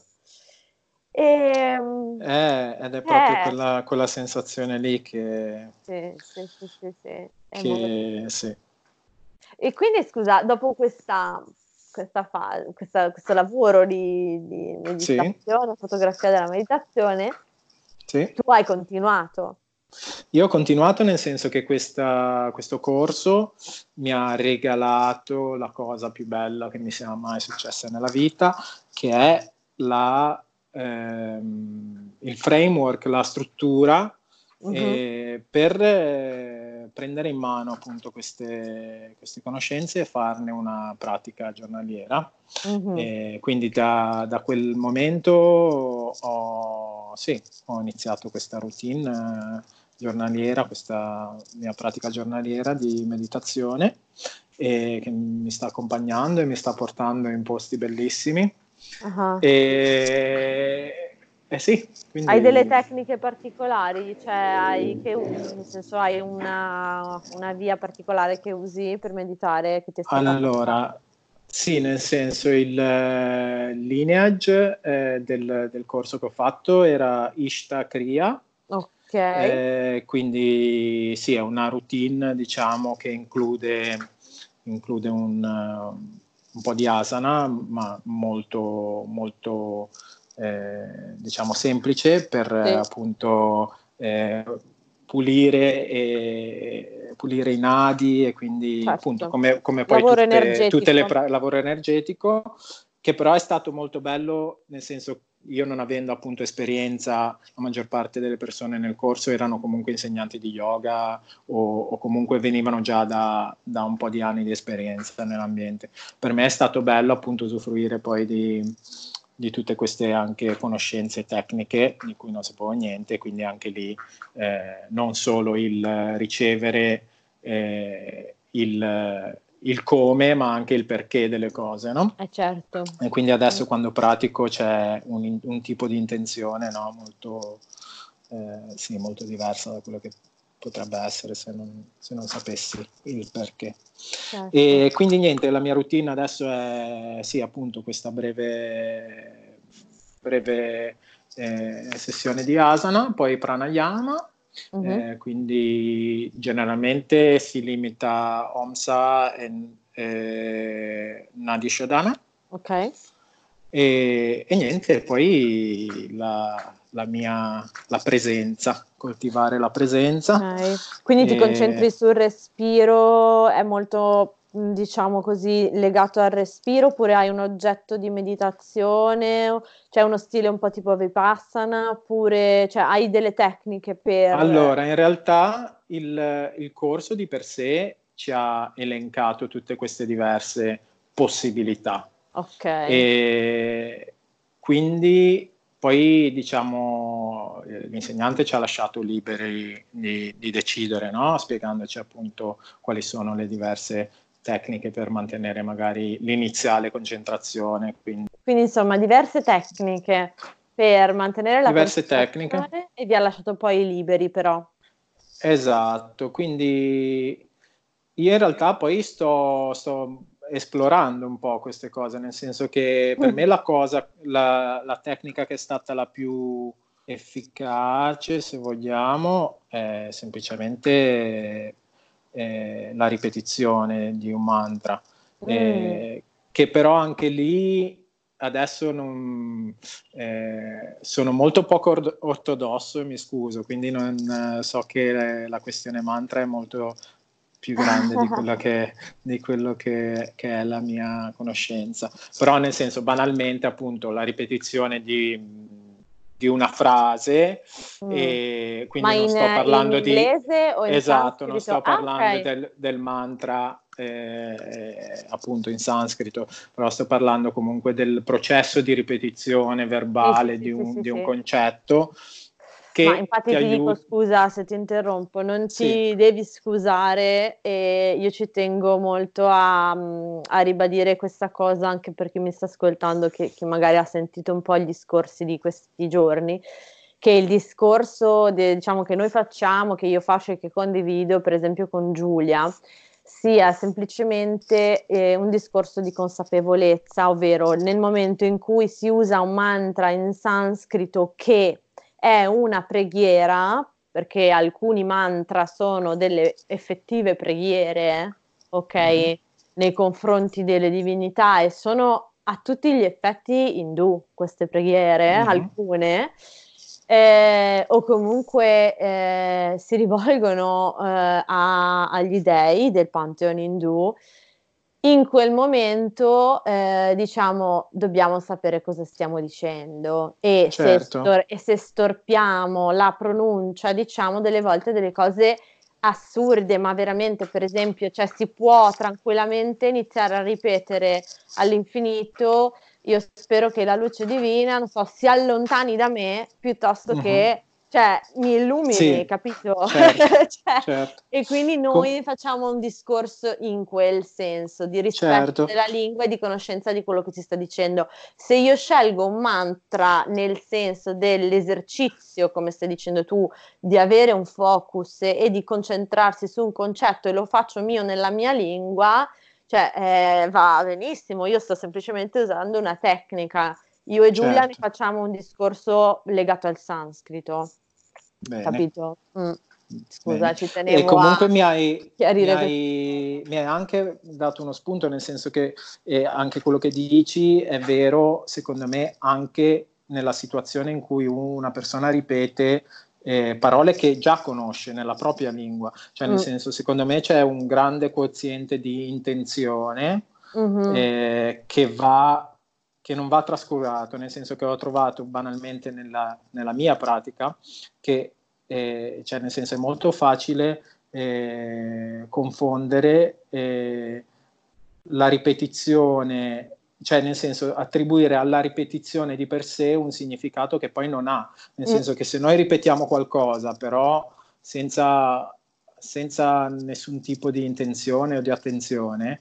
Ehm, Eh, ed è proprio eh, quella, quella sensazione lì che, sì, sì, sì, sì, sì, è molto... che sì. E quindi scusa, dopo questa, questa fa- questa- questo lavoro di, di Sì, meditazione, fotografia della meditazione, sì. tu hai continuato. Io ho continuato nel senso che questa- questo corso mi ha regalato la cosa più bella che mi sia mai successa nella vita, che è la, ehm, il framework, la struttura, Mhm, eh, per eh, prendere in mano appunto queste, queste conoscenze e farne una pratica giornaliera. mhm. E quindi da, da quel momento ho, sì, ho iniziato questa routine eh, giornaliera, questa mia pratica giornaliera di meditazione, e che mi sta accompagnando e mi sta portando in posti bellissimi. Ah. E, e sì, Hai delle quindi tecniche particolari? Cioè, hai che, nel senso, hai una, una via particolare che usi per meditare che ti è stata data? allora, sì, nel senso il eh, lineage eh, del, del corso che ho fatto era Ishta Kriya, Ok. eh, quindi sì, è una routine, diciamo, che include, include un, eh, un po' di asana, ma molto, molto eh, diciamo, semplice per eh, Sì. appunto eh, pulire, e, pulire i nadi e quindi Certo. appunto come, come poi Lavoro tutte, energetico. tutte le pra- lavoro energetico, che però è stato molto bello, nel senso, io non avendo appunto esperienza, la maggior parte delle persone nel corso erano comunque insegnanti di yoga o, o comunque venivano già da, da un po' di anni di esperienza nell'ambiente. Per me è stato bello appunto usufruire poi di, di tutte queste anche conoscenze tecniche di cui non sapevo niente, quindi anche lì eh, non solo il ricevere eh, il il come, ma anche il perché delle cose, no? Eh certo. E quindi adesso mm. quando pratico c'è un, un tipo di intenzione, no? Molto, eh, sì, molto diversa da quello che potrebbe essere se non, se non sapessi il perché. Certo. E quindi niente, la mia routine adesso è, sì, appunto, questa breve, breve eh, sessione di asana, poi pranayama. Uh-huh. Eh, quindi generalmente si limita a Omsa e, e Nadi Shodhana. Ok. E, e niente, poi la, la mia la presenza, coltivare la presenza. Okay. Quindi e... ti concentri sul respiro, è molto, diciamo così, legato al respiro, oppure hai un oggetto di meditazione, cioè uno stile un po' tipo Vipassana, oppure cioè, hai delle tecniche per... Allora, in realtà il, il corso di per sé ci ha elencato tutte queste diverse possibilità. Ok. E quindi poi, diciamo, l'insegnante ci ha lasciato liberi di, di decidere, no? Spiegandoci appunto quali sono le diverse tecniche per mantenere magari l'iniziale concentrazione. Quindi, quindi insomma, diverse tecniche per mantenere la diverse concentrazione tecniche. E vi ha lasciato poi liberi però. Esatto, quindi io in realtà poi sto, sto esplorando un po' queste cose, nel senso che per me la cosa, la, la tecnica che è stata la più efficace, se vogliamo, è semplicemente eh, la ripetizione di un mantra, mm. eh, che però anche lì adesso non, eh, sono molto poco or- ortodosso, mi scuso, quindi non so che la questione mantra è molto più grande di quello che, di quello che, che è la mia conoscenza, però nel senso banalmente appunto la ripetizione di, di una frase mm. e quindi Ma non in, sto parlando in inglese di o in esatto, non sto sanscrito? parlando ah, okay. del, del mantra eh, appunto in sanscrito, però sto parlando comunque del processo di ripetizione verbale sì, sì, di, sì, un, sì, di sì. un concetto. Che Ma infatti ti, ti aiuta... dico scusa se ti interrompo, non sì. ti devi scusare e io ci tengo molto a, a ribadire questa cosa anche per chi mi sta ascoltando che, che magari ha sentito un po' gli discorsi di questi giorni, che il discorso de, diciamo che noi facciamo, che io faccio e che condivido per esempio con Giulia, sia semplicemente eh, un discorso di consapevolezza, ovvero nel momento in cui si usa un mantra in sanscrito che è una preghiera, perché alcuni mantra sono delle effettive preghiere, ok, mm-hmm. nei confronti delle divinità e sono a tutti gli effetti indù queste preghiere, mm-hmm. alcune, eh, o comunque eh, si rivolgono eh, a, agli dei del pantheon indù. In quel momento, eh, diciamo, dobbiamo sapere cosa stiamo dicendo e, certo. se stor- e se storpiamo la pronuncia, diciamo delle volte delle cose assurde, ma veramente, per esempio, cioè si può tranquillamente iniziare a ripetere all'infinito: io spero che la luce divina, non so, si allontani da me piuttosto uh-huh. che cioè mi illumini, sì, capito? Certo, cioè, certo. E quindi noi Com- facciamo un discorso in quel senso, di rispetto certo. della lingua e di conoscenza di quello che si sta dicendo. Se io scelgo un mantra nel senso dell'esercizio, come stai dicendo tu, di avere un focus e di concentrarsi su un concetto e lo faccio mio nella mia lingua, cioè eh, va benissimo, io sto semplicemente usando una tecnica. Io e Giulia certo. ne facciamo un discorso legato al sanscrito. Bene. Capito? Mm. Scusa, Bene. ci tenevo e comunque a mi hai, chiarire. Mi hai, mi hai anche dato uno spunto, nel senso che eh, anche quello che dici è vero, secondo me, anche nella situazione in cui una persona ripete eh, parole che già conosce nella propria lingua, cioè nel Mm. senso, secondo me c'è un grande quoziente di intenzione Mhm. eh, che va che non va trascurato, nel senso che ho trovato banalmente nella, nella mia pratica che eh, cioè nel senso è molto facile eh, confondere eh, la ripetizione, cioè nel senso attribuire alla ripetizione di per sé un significato che poi non ha, nel Mm. senso che se noi ripetiamo qualcosa però senza, senza nessun tipo di intenzione o di attenzione,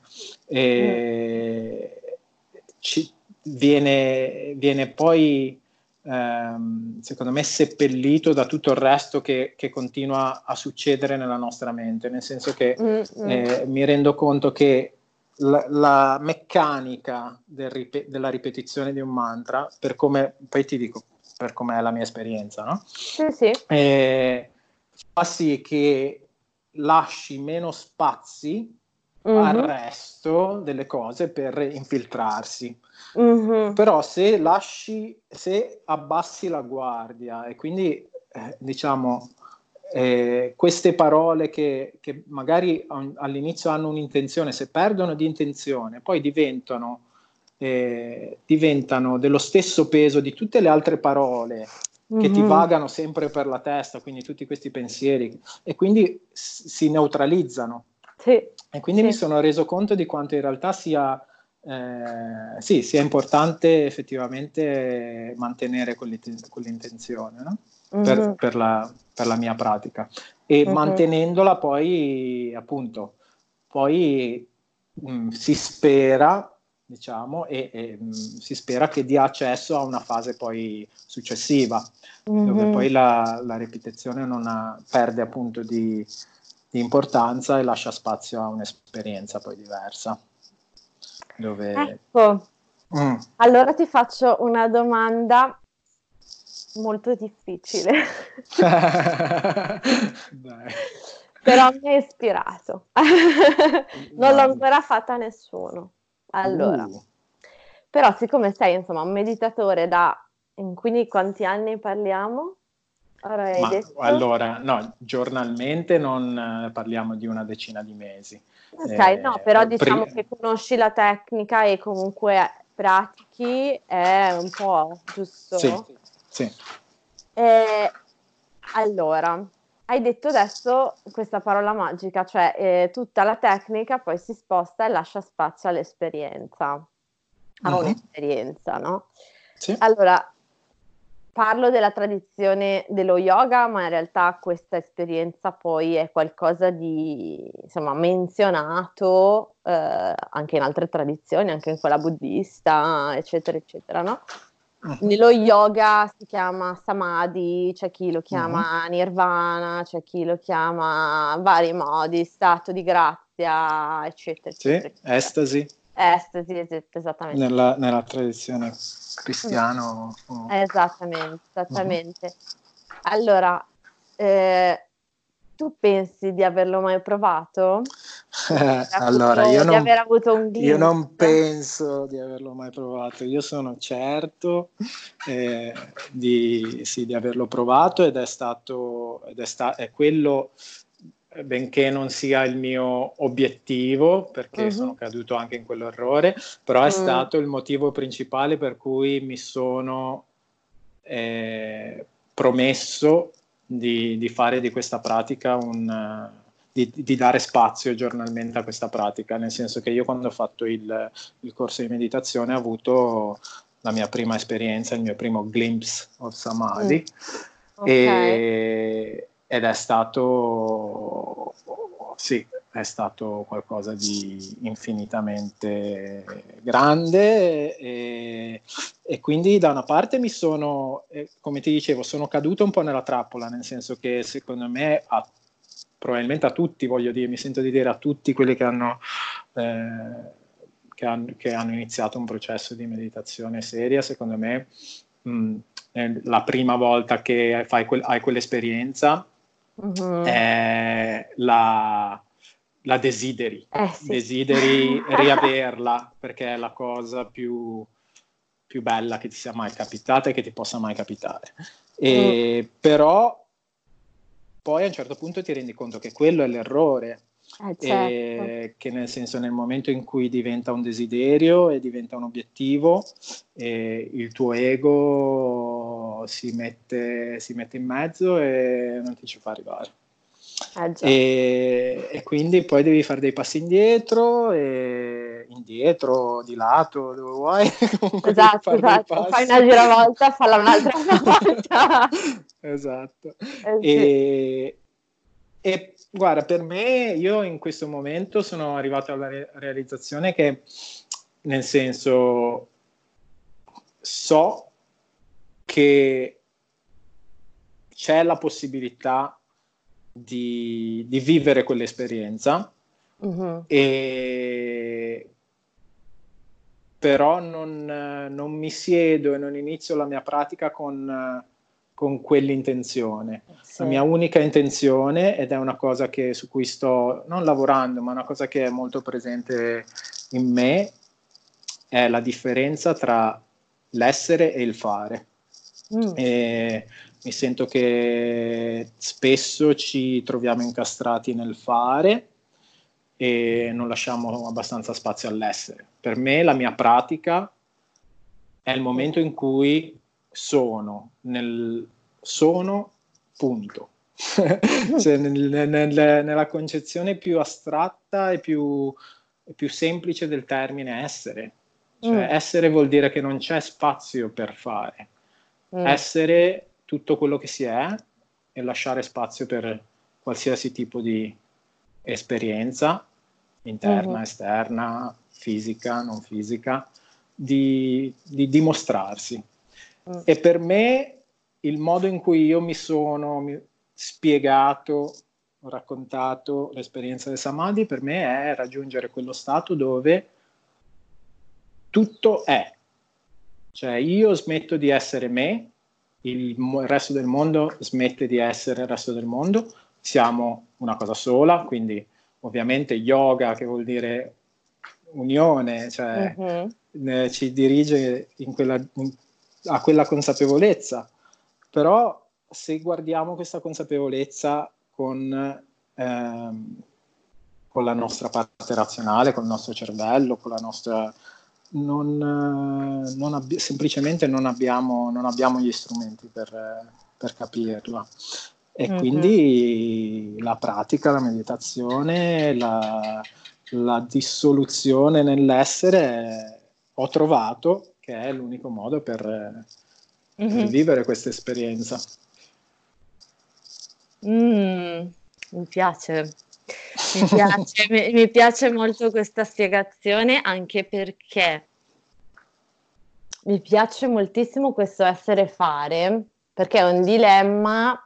eh, ci, viene, viene poi ehm, secondo me seppellito da tutto il resto che, che continua a succedere nella nostra mente, nel senso che Mm, mm. eh, mi rendo conto che la, la meccanica del rip- della ripetizione di un mantra, per come, poi ti dico per come è la mia esperienza, no? Sì, sì. Eh, fa sì che lasci meno spazi Mhm. al resto delle cose per infiltrarsi. Mhm. Però se lasci, se abbassi la guardia e quindi eh, diciamo eh, queste parole che, che magari all'inizio hanno un'intenzione, se perdono di intenzione, poi diventano, eh, diventano dello stesso peso di tutte le altre parole che ti Mhm. vagano sempre per la testa, quindi tutti questi pensieri, e quindi s- si neutralizzano. Sì, E quindi sì. mi sono reso conto di quanto in realtà sia, eh, sì, sia importante effettivamente mantenere quell'inten- quell'intenzione, no? per, Mhm. per la, per la mia pratica. E Mhm. mantenendola poi, appunto, poi mh, si spera, diciamo, e, e mh, si spera che dia accesso a una fase poi successiva, dove Mhm. poi la, la ripetizione non ha- perde appunto di, di importanza e lascia spazio a un'esperienza poi diversa. Dove... Ecco, Mm. allora ti faccio una domanda molto difficile, Dai. però mi ha ispirato. Non l'ho Vai. ancora fatta a nessuno. Allora, Uh. però siccome sei insomma un meditatore da, in quindi quanti anni parliamo? Ora hai Ma detto? allora, no, giornalmente non eh, parliamo di una decina di mesi. Ok, no, Eh, però o diciamo pri- che conosci la tecnica e comunque pratichi, è un po' sì, giusto? sì. Eh, allora, hai detto adesso questa parola magica, cioè eh, tutta la tecnica poi si sposta e lascia spazio all'esperienza, a Mhm. un'esperienza, no? Sì. Allora, parlo della tradizione dello yoga, ma in realtà questa esperienza poi è qualcosa di, insomma, menzionato eh, anche in altre tradizioni, anche in quella buddista, eccetera, eccetera, no? Mhm. Nello yoga si chiama samadhi, c'è chi lo Mhm. chiama nirvana, c'è chi lo chiama vari modi, stato di grazia, eccetera, Sì, eccetera, eccetera. estasi Estasi, es- esattamente. nella, nella tradizione cristiana. o- Esattamente, Mhm. esattamente. Allora, eh, tu pensi di averlo mai provato? Di aver Allora, io avuto, di non, aver avuto un io glimpse? non penso di averlo mai provato, io sono certo eh, di, sì, di averlo provato ed è stato, ed è, sta- è quello, eh, benché non sia il mio obiettivo, perché sono Mhm. caduto anche in quell'errore, però è Mm. stato il motivo principale per cui mi sono eh, promesso di, di fare di questa pratica un, di, di dare spazio giornalmente a questa pratica, nel senso che io quando ho fatto il, il corso di meditazione ho avuto la mia prima esperienza, il mio primo glimpse of samadhi, Mm. Ok. e, ed è stato, sì, è stato qualcosa di infinitamente grande e, e quindi da una parte mi sono, eh, come ti dicevo, sono caduto un po' nella trappola, nel senso che secondo me, a, probabilmente a tutti, voglio dire, mi sento di dire a tutti quelli che hanno, eh, che hanno, che hanno iniziato un processo di meditazione seria, secondo me mh, è la prima volta che fai quel, hai quell'esperienza, Mhm. eh, la, la desideri, Eh sì. desideri riaverla perché è la cosa più, più bella che ti sia mai capitata e che ti possa mai capitare. E, Mm. però poi a un certo punto ti rendi conto che quello è l'errore, Eh, certo. e che nel senso nel momento in cui diventa un desiderio e diventa un obiettivo, e il tuo ego si mette, si mette in mezzo e non ti ci fa arrivare. Eh, già. E, e quindi poi devi fare dei passi indietro, e indietro, di lato, dove vuoi. Comunque devi Esatto, fare dei esatto. Fai passi. una giravolta, falla un'altra volta. Esatto. Eh, sì. E, e guarda, per me, io in questo momento sono arrivato alla re- realizzazione che, nel senso, so che c'è la possibilità di, di vivere quell'esperienza, Mhm. e però non, non mi siedo e non inizio la mia pratica con, con quell'intenzione. Sì. La mia unica intenzione, ed è una cosa che, su cui sto non lavorando, ma una cosa che è molto presente in me, è la differenza tra l'essere e il fare. Mm. E mi sento che spesso ci troviamo incastrati nel fare e non lasciamo abbastanza spazio all'essere. Per me la mia pratica è il momento in cui sono, nel sono, punto. Cioè, nel, nel, nella concezione più astratta e più, e più semplice del termine essere. Cioè, Mm. essere vuol dire che non c'è spazio per fare. Mm. Essere tutto quello che si è e lasciare spazio per qualsiasi tipo di esperienza, interna, Mhm. esterna, fisica, non fisica, di, di dimostrarsi. Mm. E per me il modo in cui io mi sono mi- spiegato, ho raccontato l'esperienza del Samadhi, per me è raggiungere quello stato dove tutto è. Cioè io smetto di essere me, il, mo- il resto del mondo smette di essere il resto del mondo, siamo una cosa sola, quindi ovviamente yoga, che vuol dire unione, cioè Mhm. eh, ci dirige in quella, in- a quella consapevolezza, però se guardiamo questa consapevolezza con, ehm, con la nostra parte razionale, con il nostro cervello, con la nostra... Non, eh, non abbi- semplicemente non abbiamo, non abbiamo gli strumenti per, eh, per capirla. E Mhm. quindi la pratica, la meditazione, la, la dissoluzione nell'essere, ho trovato che è l'unico modo per, per Mhm. vivere questa esperienza. Mm, mi piace, mi piace, mi, mi piace molto questa spiegazione, anche perché mi piace moltissimo questo essere fare, perché è un dilemma,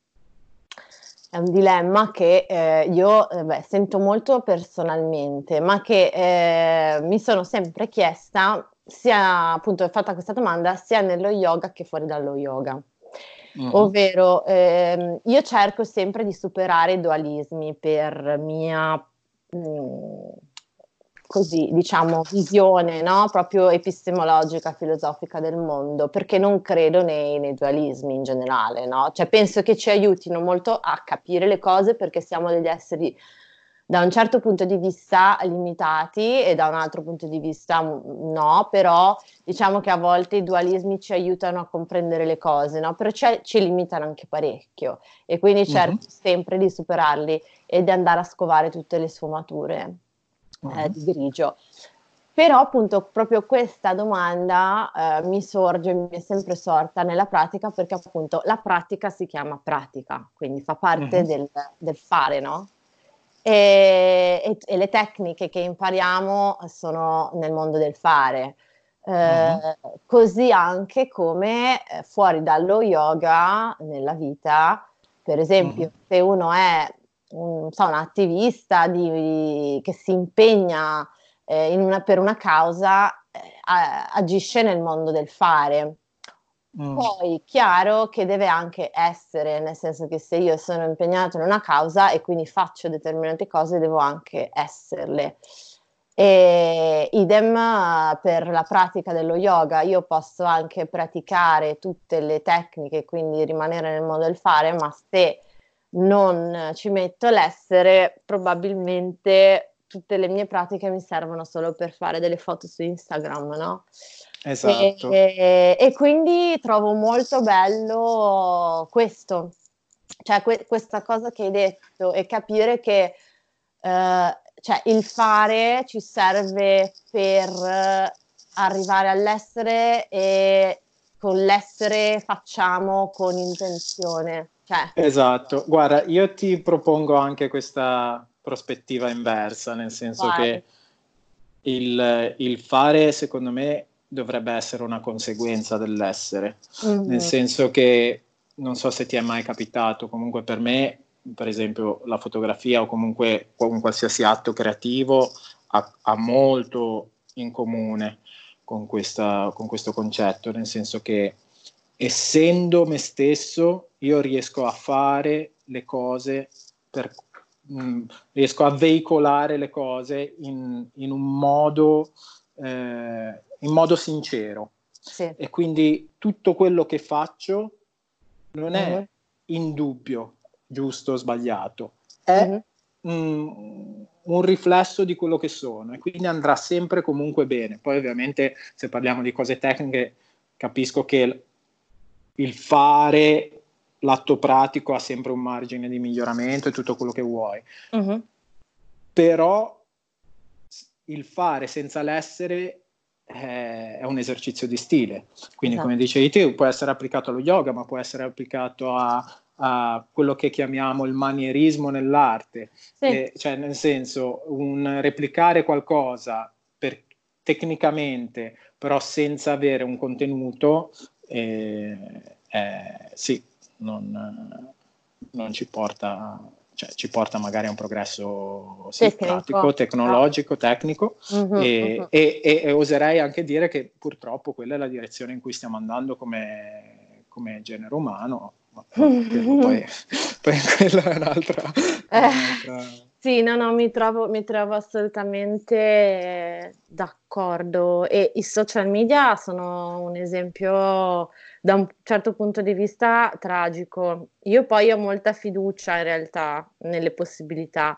è un dilemma che eh, io eh, beh, sento molto personalmente, ma che eh, mi sono sempre chiesta, sia appunto è fatta questa domanda, sia nello yoga che fuori dallo yoga. Mhm. Ovvero, ehm, io cerco sempre di superare i dualismi per mia, mh, così, diciamo, visione, no? Proprio epistemologica, filosofica del mondo, perché non credo nei, nei dualismi in generale, no? Cioè penso che ci aiutino molto a capire le cose perché siamo degli esseri da un certo punto di vista limitati e da un altro punto di vista mm, no, però diciamo che a volte i dualismi ci aiutano a comprendere le cose, no? Però ci, ci limitano anche parecchio e quindi cerco Mhm. sempre di superarli e di andare a scovare tutte le sfumature eh, Mhm. di grigio. Però appunto proprio questa domanda eh, mi sorge, mi è sempre sorta nella pratica perché appunto la pratica si chiama pratica, quindi fa parte Mhm. del, del fare, no? E, e- e le tecniche che impariamo sono nel mondo del fare. Mhm. Eh, così anche come eh, fuori dallo yoga nella vita, per esempio, Mhm. se uno è un, so, un attivista di- che si impegna eh, in una- per una causa, eh, a- agisce nel mondo del fare. Mm. Poi, chiaro che deve anche essere, nel senso che se io sono impegnato in una causa e quindi faccio determinate cose, devo anche esserle. E idem eh, per la pratica dello yoga, io posso anche praticare tutte le tecniche, quindi rimanere nel mondo del fare, ma se non ci metto l'essere, probabilmente tutte le mie pratiche mi servono solo per fare delle foto su Instagram, no? Esatto. E, e quindi trovo molto bello questo, cioè que- questa cosa che hai detto e capire che eh, cioè, il fare ci serve per eh, arrivare all'essere e con l'essere facciamo con intenzione. Cioè, Esatto, guarda, io ti propongo anche questa prospettiva inversa, nel senso vai. che il, il fare, secondo me, dovrebbe essere una conseguenza dell'essere, Mhm. nel senso che non so se ti è mai capitato, comunque per me, per esempio, la fotografia o comunque un qualsiasi atto creativo ha, ha molto in comune con, questa, con questo concetto, nel senso che essendo me stesso, io riesco a fare le cose per, mh, riesco a veicolare le cose in, in un modo, eh, in modo sincero. Sì. E quindi tutto quello che faccio non Mhm. è in dubbio giusto o sbagliato, è Mhm. mm, un riflesso di quello che sono e quindi andrà sempre comunque bene. Poi ovviamente se parliamo di cose tecniche capisco che il fare, l'atto pratico ha sempre un margine di miglioramento e tutto quello che vuoi, Mhm. però il fare senza l'essere è un esercizio di stile, quindi Esatto. come dicevi te può essere applicato allo yoga, ma può essere applicato a, a quello che chiamiamo il manierismo nell'arte, Sì. eh, cioè nel senso un replicare qualcosa per, tecnicamente, però senza avere un contenuto, eh, eh, sì, non, non ci porta, cioè ci porta magari a un progresso sì, Tecnico. pratico, tecnologico, tecnico, Mhm, e, mhm. e, e, e oserei anche dire che purtroppo quella è la direzione in cui stiamo andando come, come genere umano, ma quello poi, poi quella è un'altra... Eh, un'altra... sì, no, no, mi trovo, mi trovo assolutamente d'accordo e i social media sono un esempio da un certo punto di vista tragico. Io poi ho molta fiducia in realtà nelle possibilità,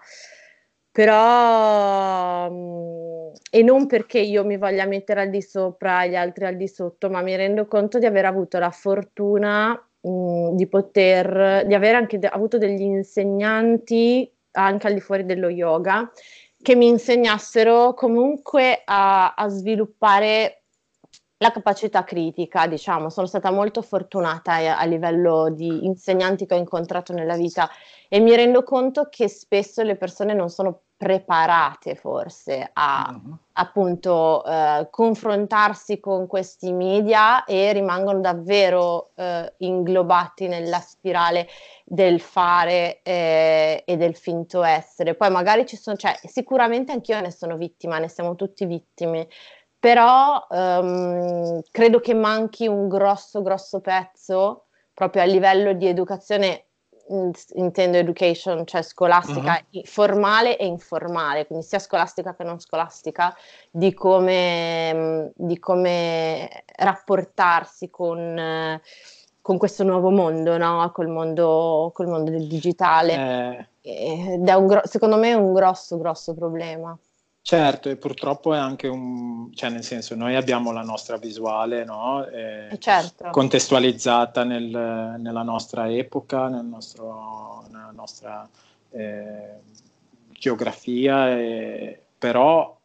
però mh, e non perché io mi voglia mettere al di sopra e gli altri al di sotto, ma mi rendo conto di aver avuto la fortuna mh, di poter, di avere anche de- avuto degli insegnanti anche al di fuori dello yoga che mi insegnassero comunque a, a sviluppare la capacità critica, diciamo. Sono stata molto fortunata a, a livello di insegnanti che ho incontrato nella vita e mi rendo conto che spesso le persone non sono preparate forse a Mm-hmm. appunto eh, confrontarsi con questi media e rimangono davvero eh, inglobati nella spirale del fare eh, e del finto essere. Poi magari ci sono, cioè sicuramente anch'io ne sono vittima, ne siamo tutti vittime, però ehm, credo che manchi un grosso, grosso pezzo proprio a livello di educazione, in- intendo education, cioè scolastica, Mm-hmm. i- formale e informale, quindi sia scolastica che non scolastica, di come, mh, di come rapportarsi con, eh, con questo nuovo mondo, no? Col mondo, col mondo del digitale. Eh, Ed è un gro- secondo me è un grosso, grosso problema. Certo, e purtroppo è anche un, cioè nel senso, noi abbiamo la nostra visuale, no? E Eh, certo. contestualizzata nel, nella nostra epoca, nel nostro, nella nostra eh, geografia, e, però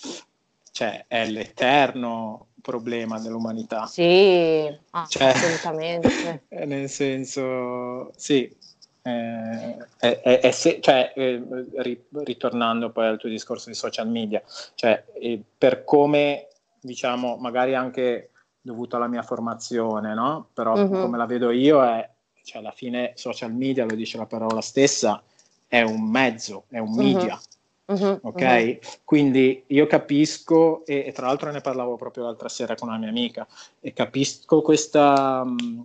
cioè, è l'eterno problema dell'umanità. Sì, Cioè, assolutamente. nel senso, sì, eh, è, è- è se- cioè, eh, ri- ritornando poi al tuo discorso di social media, cioè, eh, per come, diciamo, magari anche dovuto alla mia formazione, no? Però Mhm, come la vedo io è, cioè, alla fine social media, lo dice la parola stessa, è un mezzo, è un mhm, media. mhm, mhm. Ok? Quindi io capisco, e, e tra l'altro ne parlavo proprio l'altra sera con una mia amica, e capisco questa, mh,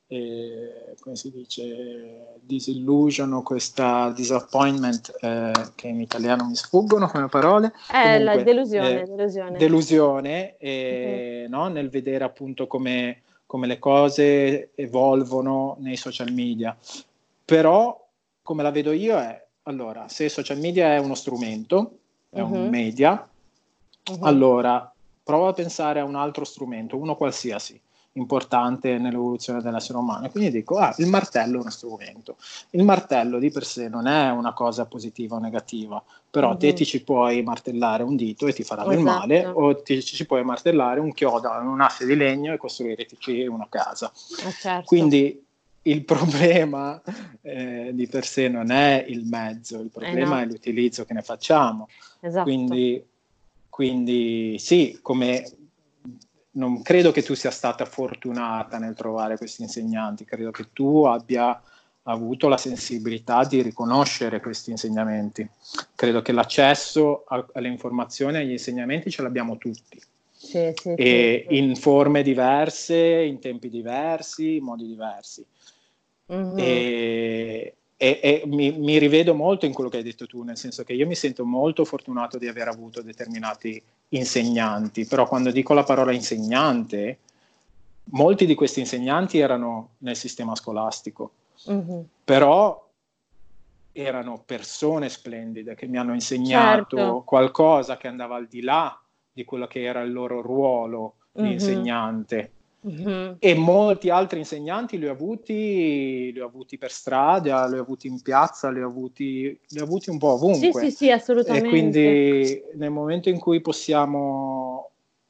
eh, come si dice, disillusion o questa disappointment, eh, che in italiano mi sfuggono come parole, Eh, la comunque delusione, eh, delusione. delusione Mhm, eh, no? Nel vedere appunto come, come le cose evolvono nei social media. Però come la vedo io è, allora, se social media è uno strumento, è uh-huh. un media, uh-huh. allora prova a pensare a un altro strumento, uno qualsiasi, importante nell'evoluzione dell'essere umano. E quindi dico, ah, il martello è uno strumento. Il martello di per sé non è una cosa positiva o negativa, però uh-huh. te ti ci puoi martellare un dito e ti farà del esatto. male, o ti ci puoi martellare un chiodo, un asse di legno e costruirti una casa. Ah, certo. Quindi il problema eh, di per sé non è il mezzo, il problema eh no. è l'utilizzo che ne facciamo. Esatto. Quindi, quindi sì, come non credo che tu sia stata fortunata nel trovare questi insegnanti, credo che tu abbia avuto la sensibilità di riconoscere questi insegnamenti. Credo che l'accesso a, alle informazioni e agli insegnamenti ce l'abbiamo tutti. Sì, sì, e sì, sì. in forme diverse, in tempi diversi, in modi diversi. Mm-hmm. E, e, e mi, mi rivedo molto in quello che hai detto tu, nel senso che io mi sento molto fortunato di aver avuto determinati insegnanti, però quando dico la parola insegnante, molti di questi insegnanti erano nel sistema scolastico, mm-hmm. però erano persone splendide che mi hanno insegnato certo. qualcosa che andava al di là di quello che era il loro ruolo di mm-hmm. insegnante. Mm-hmm. E molti altri insegnanti li ho avuti, li ho avuti per strada, li ho avuti in piazza, li ho avuti, li ho avuti un po' ovunque. Sì, sì, sì, assolutamente. E quindi nel momento in cui possiamo,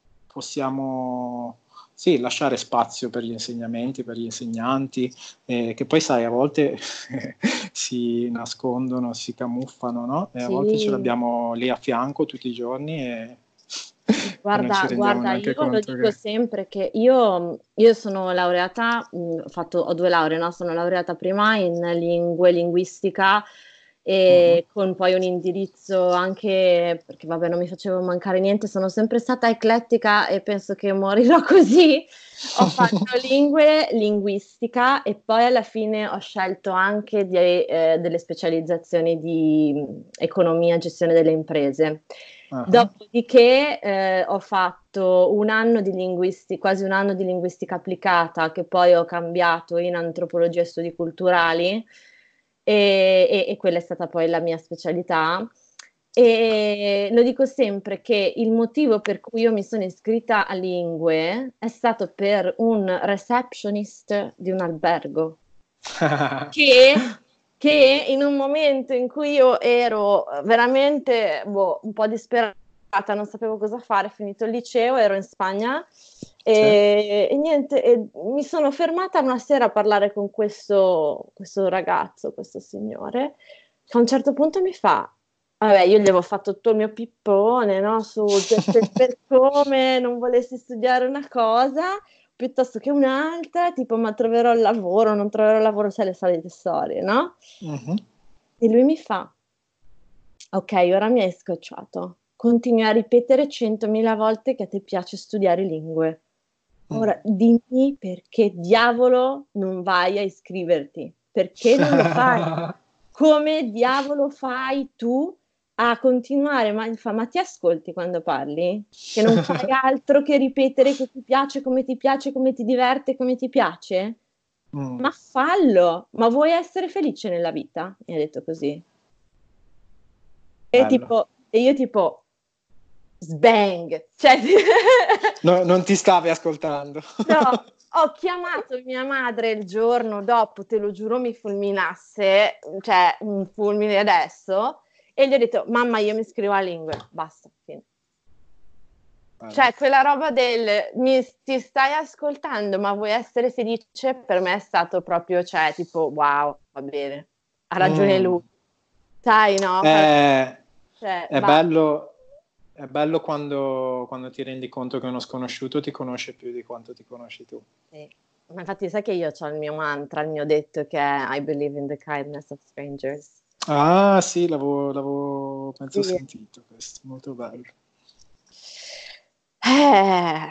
possiamo sì, lasciare spazio per gli insegnamenti, per gli insegnanti, eh, che poi sai, a volte si nascondono, si camuffano, no? E a sì. volte ce l'abbiamo lì a fianco tutti i giorni e Guarda, guarda io lo dico che... sempre che io, io sono laureata, mh, ho, fatto, ho due lauree, no? Sono laureata prima in lingue, linguistica e uh-huh. con poi un indirizzo anche, perché vabbè non mi facevo mancare niente, sono sempre stata eclettica e penso che morirò così. Ho fatto lingue, linguistica e poi alla fine ho scelto anche di, eh, delle specializzazioni di economia e gestione delle imprese. Uh-huh. Dopodiché eh, ho fatto un anno di linguistica, quasi un anno di linguistica applicata, che poi ho cambiato in antropologia e studi culturali, e, e, e quella è stata poi la mia specialità. E lo dico sempre che il motivo per cui io mi sono iscritta a lingue è stato per un receptionist di un albergo che, che in un momento in cui io ero veramente boh, un po' disperata, non sapevo cosa fare, finito il liceo, ero in Spagna e, sì. e niente, e mi sono fermata una sera a parlare con questo, questo ragazzo, questo signore, che a un certo punto mi fa: vabbè, io gli avevo fatto tutto il mio pippone, no, su per, per come non volessi studiare una cosa piuttosto che un'altra, tipo ma troverò il lavoro, non troverò il lavoro, sai le solite storie, no? Uh-huh. E lui mi fa: ok, ora mi hai scocciato, continui a ripetere centomila volte che a te piace studiare lingue. Ora dimmi perché diavolo non vai a iscriverti, perché non lo fai? Come diavolo fai tu a continuare? Ma, fa, ma ti ascolti quando parli? Che non fai altro che ripetere che ti piace, come ti piace, come ti diverte, come ti piace? Mm. Ma fallo! Ma vuoi essere felice nella vita? Mi ha detto così. E, tipo, e io tipo... Sbang! Cioè... no, non ti stavi ascoltando. No, ho chiamato mia madre il giorno dopo, te lo giuro mi fulminasse, cioè un fulmine adesso, e gli ho detto: mamma, io mi iscrivo a lingue, basta, fine. Allora. Cioè quella roba del mi, ti stai ascoltando ma vuoi essere felice, per me è stato proprio, cioè tipo wow, va bene, ha ragione mm. lui, sai, no? Eh, cioè, è bello. È bello quando, quando ti rendi conto che uno sconosciuto ti conosce più di quanto ti conosci tu. Sì. Ma infatti sai che io ho il mio mantra, il mio detto che è I believe in the kindness of strangers. Ah sì, l'avevo, l'avevo penso sì. sentito questo, molto bello. Eh,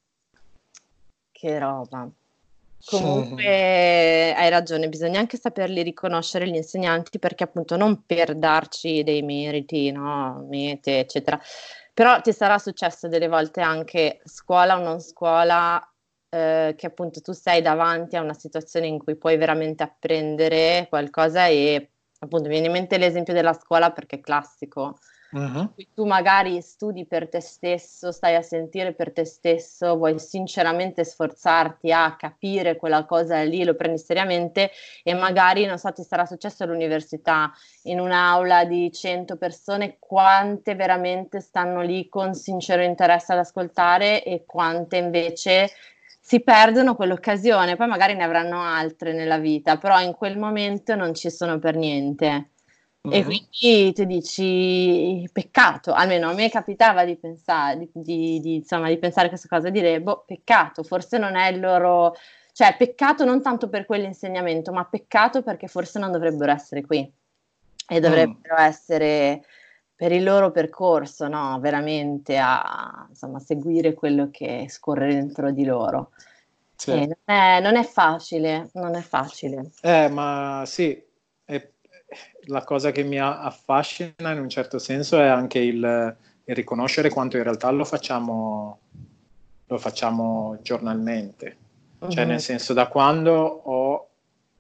che roba. Comunque mm. hai ragione, bisogna anche saperli riconoscere gli insegnanti, perché appunto non per darci dei meriti, no, mete, eccetera, però ti sarà successo delle volte anche scuola o non scuola, eh, che appunto tu sei davanti a una situazione in cui puoi veramente apprendere qualcosa e appunto, mi viene in mente l'esempio della scuola perché è classico. Mhm. Tu magari studi per te stesso, stai a sentire per te stesso, vuoi sinceramente sforzarti a capire quella cosa lì, lo prendi seriamente e magari, non so, ti sarà successo all'università, in un'aula di cento persone, quante veramente stanno lì con sincero interesse ad ascoltare e quante invece si perdono quell'occasione, poi magari ne avranno altre nella vita, però in quel momento non ci sono per niente. E Mhm. quindi ti dici peccato, almeno a me capitava di pensare, di, di- di, insomma, di pensare questa cosa e dire, boh, peccato, forse non è il loro, cioè peccato non tanto per quell'insegnamento, ma peccato perché forse non dovrebbero essere qui e Mm. dovrebbero essere per il loro percorso, no? Veramente a, insomma, seguire quello che scorre dentro di loro. Sì. E non è, non è facile, non è facile. Eh, ma sì, e la cosa che mi a- affascina in un certo senso è anche il, il riconoscere quanto in realtà lo facciamo, lo facciamo giornalmente. Cioè, nel Mhm, senso, da quando ho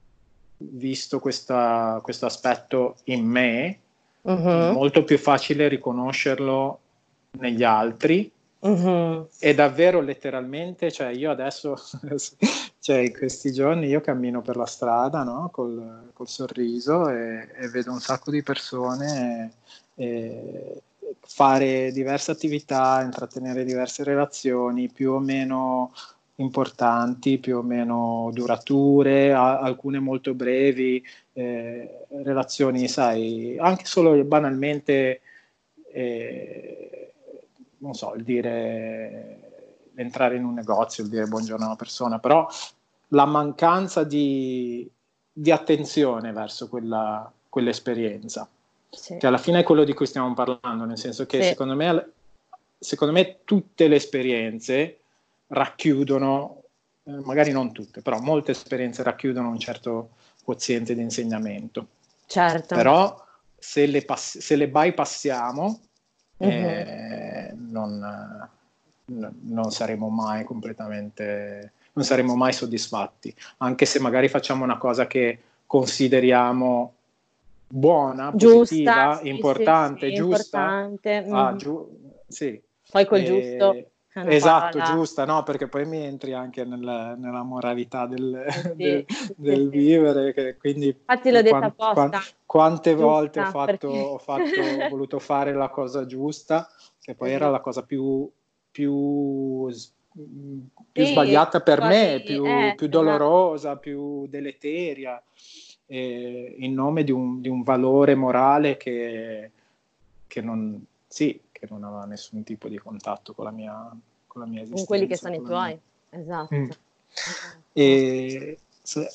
visto questa- questo aspetto in me, è mhm, molto più facile riconoscerlo negli altri. mhm. E davvero letteralmente, cioè io adesso, cioè in questi giorni io cammino per la strada, no? Col, col sorriso e, e vedo un sacco di persone e, e fare diverse attività, intrattenere diverse relazioni più o meno importanti, più o meno durature, a- alcune molto brevi, eh, relazioni, sai, anche solo banalmente eh, non so, il dire, entrare in un negozio, il dire buongiorno a una persona, però la mancanza di, di attenzione verso quella, quell'esperienza, Sì, che alla fine è quello di cui stiamo parlando, nel senso che sì, secondo me, secondo me tutte le esperienze racchiudono, eh, magari non tutte, però molte esperienze racchiudono un certo quoziente di insegnamento. certo. Però se le, pass- se le bypassiamo, Mhm. eh, non, n- non saremo mai completamente, non saremo mai soddisfatti, anche se magari facciamo una cosa che consideriamo buona, Giusta, positiva, sì, sì, importante, sì, giusta. importante. Ah, Mhm. giu- sì. Poi col giusto Eh, è una esatto, parola. giusta, no? Perché poi mi entri anche nel- nella moralità del, Eh del- sì, sì, sì, del sì. vivere, che quindi Infatti l'ho detta quan- quan- apposta, quante volte ho giusta, fatto, perché ho fatto, ho voluto fare la cosa giusta, che poi era la esatto. cosa più, più, s- più Sì, sbagliata per me, poi più, eh, più esatto. dolorosa, più deleteria, eh, in nome di un, di un valore morale che, che non, sì, che non aveva nessun tipo di contatto con la mia, con la mia Con quelli che esistenza. sono i Con la mia... tuoi. Esatto. Mm. Esatto. E, se-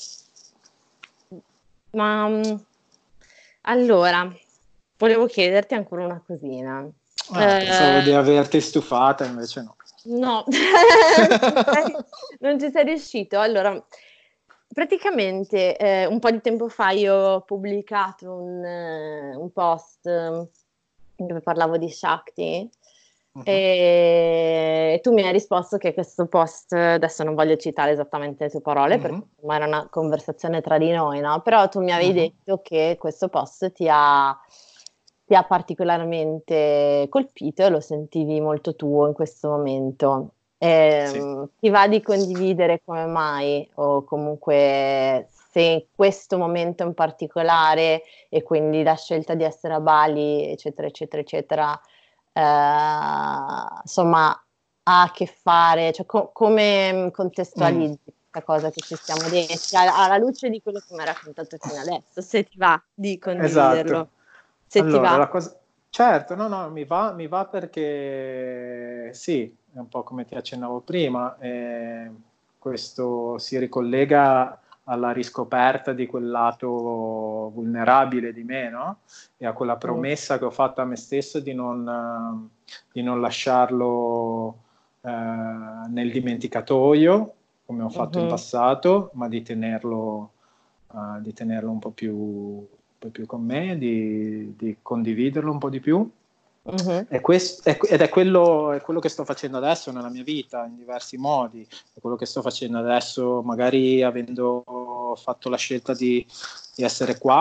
Ma mm, allora, volevo chiederti ancora una cosina. ah, pensavo Eh, di averti stufata, invece no. No, non ci sei, non ci sei riuscito. Allora, praticamente eh, un po' di tempo fa io ho pubblicato un, eh, un post eh, dove parlavo di Shakti Mhm, e tu mi hai risposto che questo post, adesso non voglio citare esattamente le tue parole mhm, perché insomma, era una conversazione tra di noi, no? Però tu mi avevi mhm. detto che questo post ti ha ti ha particolarmente colpito e lo sentivi molto tuo in questo momento. Sì. Ehm, ti va di condividere come mai o comunque se in questo momento in particolare e quindi la scelta di essere a Bali, eccetera, eccetera, eccetera, eh, insomma, ha a che fare, cioè co- come Mm. contestualizzi questa cosa che ci siamo detti alla alla luce di quello che mi hai raccontato fino adesso, se ti va di condividerlo, Esatto. se ti Allora, va. la cosa... Certo, no, no, mi va, mi va perché sì, è un po' come ti accennavo prima, eh, questo si ricollega alla riscoperta di quel lato vulnerabile di me, no? E a quella Mm, promessa che ho fatto a me stesso di non, eh, di non lasciarlo eh, nel dimenticatoio, come ho fatto in mhm, passato, ma di tenerlo, eh, di tenerlo un po' più, un po' più con me, di, di condividerlo un po' di più. mhm, E questo, è- ed è quello, è quello che sto facendo adesso nella mia vita in diversi modi, è quello che sto facendo adesso, magari avendo fatto la scelta di, di essere qua,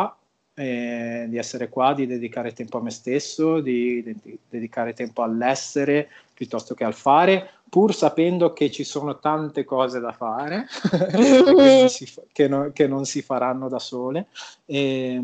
eh, di essere qua, di dedicare tempo a me stesso, di, di dedicare tempo all'essere piuttosto che al fare, pur sapendo che ci sono tante cose da fare che, non si, che, no, che non si faranno da sole. E,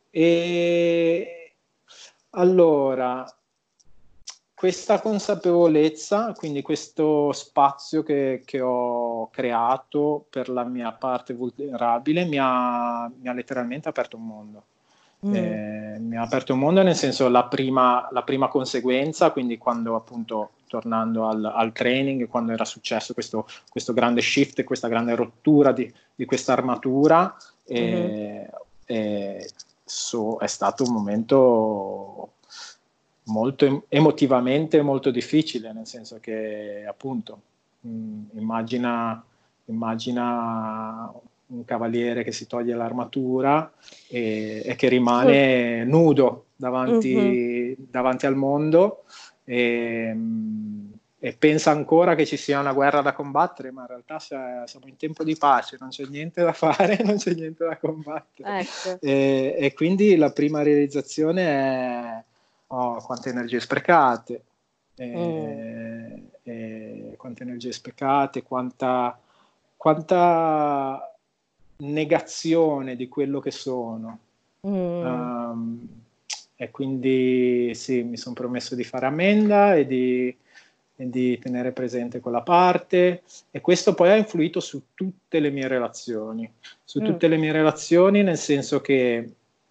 e allora, questa consapevolezza, quindi questo spazio che, che ho creato per la mia parte vulnerabile, mi ha, mi ha letteralmente aperto un mondo. Mm. Eh, mi ha aperto un mondo nel senso la prima, la prima conseguenza, quindi quando appunto tornando al, al training, quando era successo questo, questo grande shift, questa grande rottura di, di questa armatura, mm-hmm. eh, so, è stato un momento molto emotivamente molto difficile, nel senso che appunto mh, immagina, immagina un cavaliere che si toglie l'armatura e, e che rimane mm. nudo davanti, mm-hmm. davanti al mondo e, e pensa ancora che ci sia una guerra da combattere, ma in realtà siamo in tempo di pace, non c'è niente da fare, non c'è niente da combattere. Ecco. E, e quindi la prima realizzazione è oh, quante energie sprecate, e, mm. e quante energie sprecate, quanta, quanta negazione di quello che sono. Mm. Um, e quindi sì, mi sono promesso di fare ammenda e di, e di tenere presente quella parte, e questo poi ha influito su tutte le mie relazioni, su mm. tutte le mie relazioni, nel senso che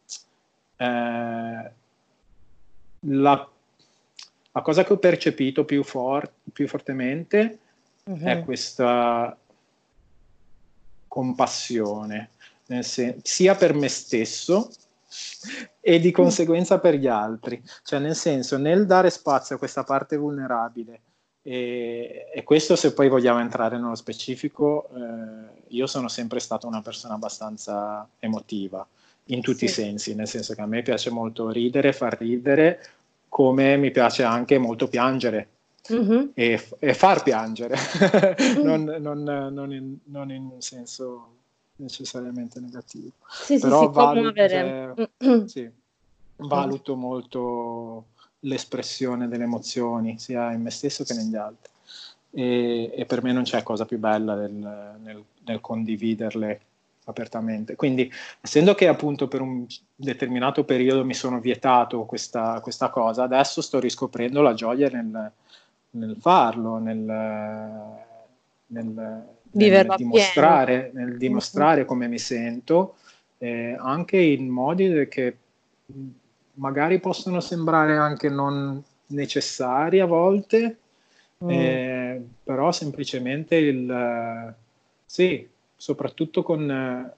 eh, La, la cosa che ho percepito più, for- più fortemente uh-huh. è questa compassione, nel sen- sia per me stesso e di conseguenza per gli altri, cioè nel senso nel dare spazio a questa parte vulnerabile, e, e questo, se poi vogliamo entrare nello specifico, eh, io sono sempre stata una persona abbastanza emotiva in tutti sì. i sensi, nel senso che a me piace molto ridere, far ridere, come mi piace anche molto piangere mm-hmm. e, e far piangere, mm. non, non, non, in, non in un senso necessariamente negativo. Sì, Però sì, sì, valuto, cioè, sì, valuto mm. molto l'espressione delle emozioni, sia in me stesso che negli altri. E, e per me non c'è cosa più bella del, nel, nel condividerle apertamente. Quindi, essendo che appunto per un determinato periodo mi sono vietato questa, questa cosa, adesso sto riscoprendo la gioia nel, nel farlo, nel, nel, nel dimostrare, nel dimostrare mm-hmm. come mi sento, eh, anche in modi che magari possono sembrare anche non necessari a volte, mm. eh, però semplicemente il sì, soprattutto con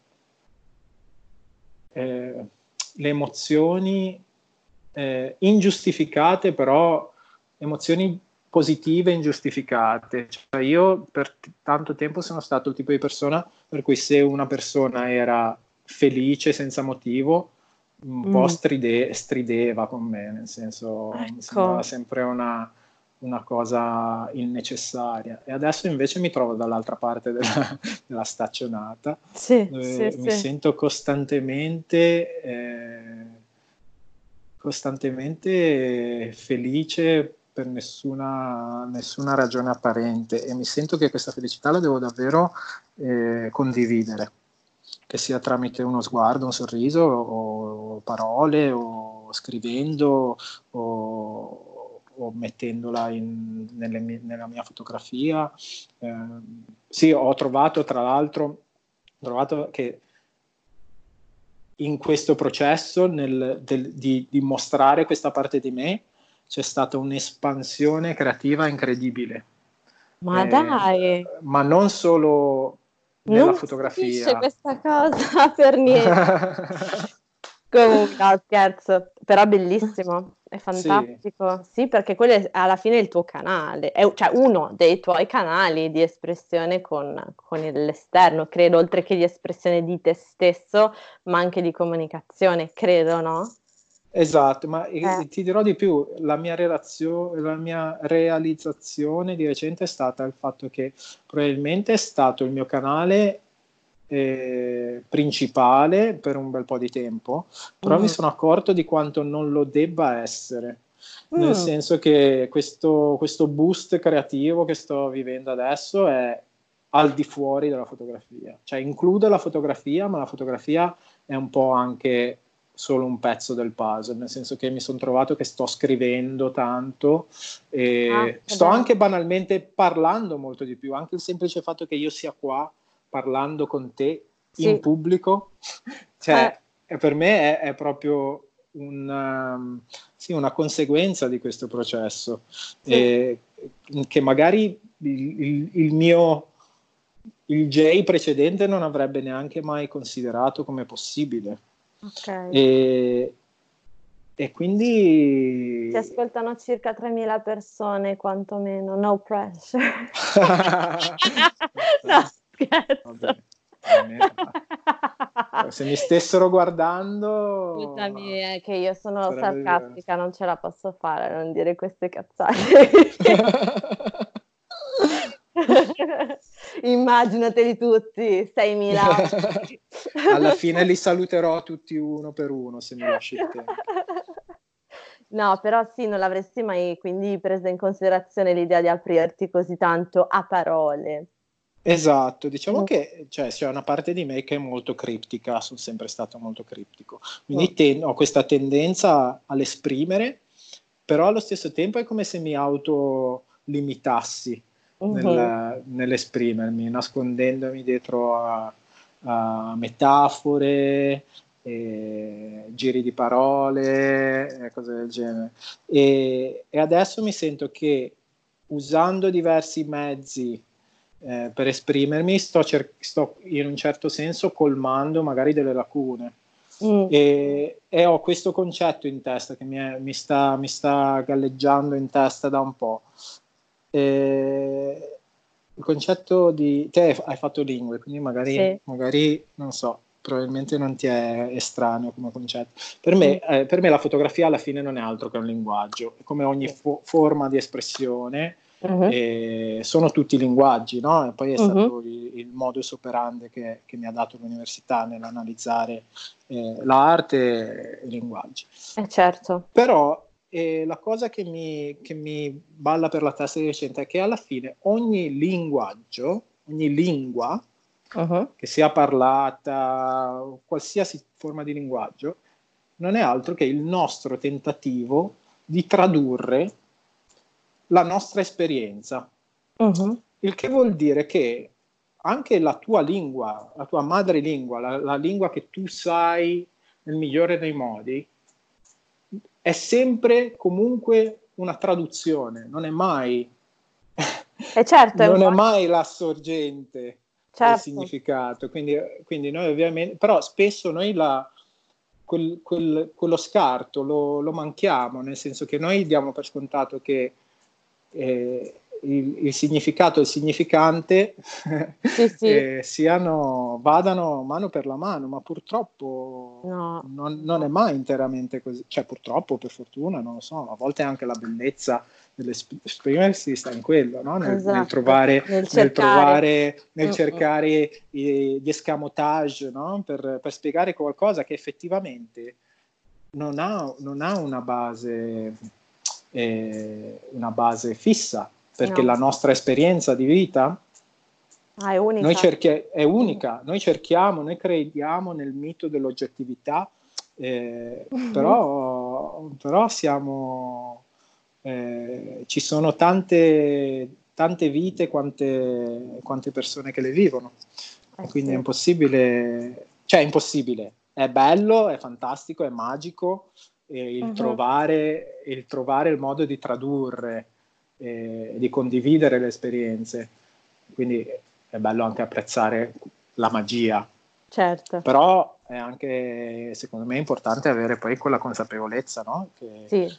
eh, le emozioni eh, ingiustificate, però emozioni positive ingiustificate. Cioè, io per t- tanto tempo sono stato il tipo di persona per cui se una persona era felice senza motivo, un mm. po' stride- strideva con me, nel senso ecco. mi sembrava sempre una una cosa innecessaria, e adesso invece mi trovo dall'altra parte della, della staccionata, sì, dove sì, mi sì. sento costantemente eh, costantemente felice per nessuna, nessuna ragione apparente, e mi sento che questa felicità la devo davvero eh, condividere, che sia tramite uno sguardo, un sorriso, o parole, o scrivendo, o o mettendola in, nelle, nella mia fotografia. Eh, sì, ho trovato tra l'altro ho trovato che in questo processo nel, del, di, di mostrare questa parte di me c'è stata un'espansione creativa incredibile. Ma eh, dai! Ma non solo nella non fotografia. Non si questa cosa per niente. Comunque, no, scherzo, però bellissimo, è fantastico, sì, sì, perché quello è alla fine il tuo canale, è cioè uno dei tuoi canali di espressione con, con l'esterno, credo, oltre che di espressione di te stesso, ma anche di comunicazione, credo, no? Esatto, ma eh. ti dirò di più, la mia relazione, la mia realizzazione di recente è stata il fatto che probabilmente è stato il mio canale eh, principale per un bel po' di tempo, però Mm. mi sono accorto di quanto non lo debba essere, nel Mm. senso che questo, questo boost creativo che sto vivendo adesso è al di fuori della fotografia, cioè include la fotografia, ma la fotografia è un po' anche solo un pezzo del puzzle, nel senso che mi sono trovato che sto scrivendo tanto e Ah, che sto bello. anche banalmente parlando molto di più, anche il semplice fatto che io sia qua parlando con te in Sì. pubblico, cioè Eh. per me è, è proprio una, sì, una conseguenza di questo processo, Sì. eh, che magari il, il, il mio il Jay precedente non avrebbe neanche mai considerato come possibile. Ok. E, e quindi Ti ascoltano circa tremila persone, quantomeno, no pressure. No, scherzo. Vabbè, se mi stessero guardando, Scusami, è che io sono sarebbe sarcastica, non ce la posso fare a non dire queste cazzate. Immaginateli tutti, seimila. Alla fine li saluterò tutti uno per uno, se mi lasci il tempo. No, però sì, non l'avresti mai quindi presa in considerazione l'idea di aprirti così tanto a parole. Esatto, diciamo Mm. che cioè, c'è una parte di me che è molto criptica, sono sempre stato molto criptico, quindi Mm. ten- ho questa tendenza all'esprimere, però allo stesso tempo è come se mi autolimitassi Mhm. nel, nell'esprimermi, nascondendomi dietro a, a metafore, e giri di parole, e cose del genere. E, e adesso mi sento che usando diversi mezzi eh, per esprimermi sto, cer- sto in un certo senso colmando magari delle lacune. Mm. E, e ho questo concetto in testa che mi, è, mi, sta, mi sta galleggiando in testa da un po'. E il concetto di te hai fatto lingue, quindi magari, Sì. magari non so, probabilmente non ti è estraneo come concetto. Per me, eh, per me la fotografia alla fine non è altro che un linguaggio, come ogni fo- forma di espressione. Mhm. E sono tutti linguaggi, no? E poi è Mhm. stato il, il modus operandi che, che mi ha dato l'università nell'analizzare eh, l'arte e i linguaggi. Eh certo. Però eh, la cosa che mi, che mi balla per la testa di recente è che alla fine ogni linguaggio, ogni lingua, Mhm. che sia parlata, qualsiasi forma di linguaggio, non è altro che il nostro tentativo di tradurre la nostra esperienza. Mhm. Il che vuol dire che anche la tua lingua, la tua madrelingua, la, la lingua che tu sai nel migliore dei modi, è sempre comunque una traduzione, non è mai, E certo, non è infatti, mai la sorgente del certo. significato. Quindi, quindi noi ovviamente, però spesso noi la, quel, quel, quello scarto lo, lo manchiamo, nel senso che noi diamo per scontato che eh, il, il significato e il significante Sì, sì. eh, siano, vadano mano per la mano, ma purtroppo No. non, non è mai interamente così, cioè purtroppo, per fortuna, non lo so, a volte anche la bellezza dell'esprimersi sta in quello, no? nel, Esatto. nel trovare, Nel nel, cercare. trovare, nel Mm-mm. cercare i, gli escamotage, no? per, per spiegare qualcosa che effettivamente non ha, non ha una base eh, una base fissa, perché No. la nostra esperienza di vita Ah, è unica. noi cerchi- è unica, noi cerchiamo, noi crediamo nel mito dell'oggettività, eh, però, però siamo, eh, ci sono tante, tante vite quante, quante persone che le vivono, Eh, e quindi sì. è impossibile, cioè è impossibile, è bello, è fantastico, è magico, eh, il, Mhm. trovare, il trovare il modo di tradurre, eh, di condividere le esperienze, quindi è bello anche apprezzare la magia, Certo. però è anche, secondo me, importante avere poi quella consapevolezza, no? Che Sì.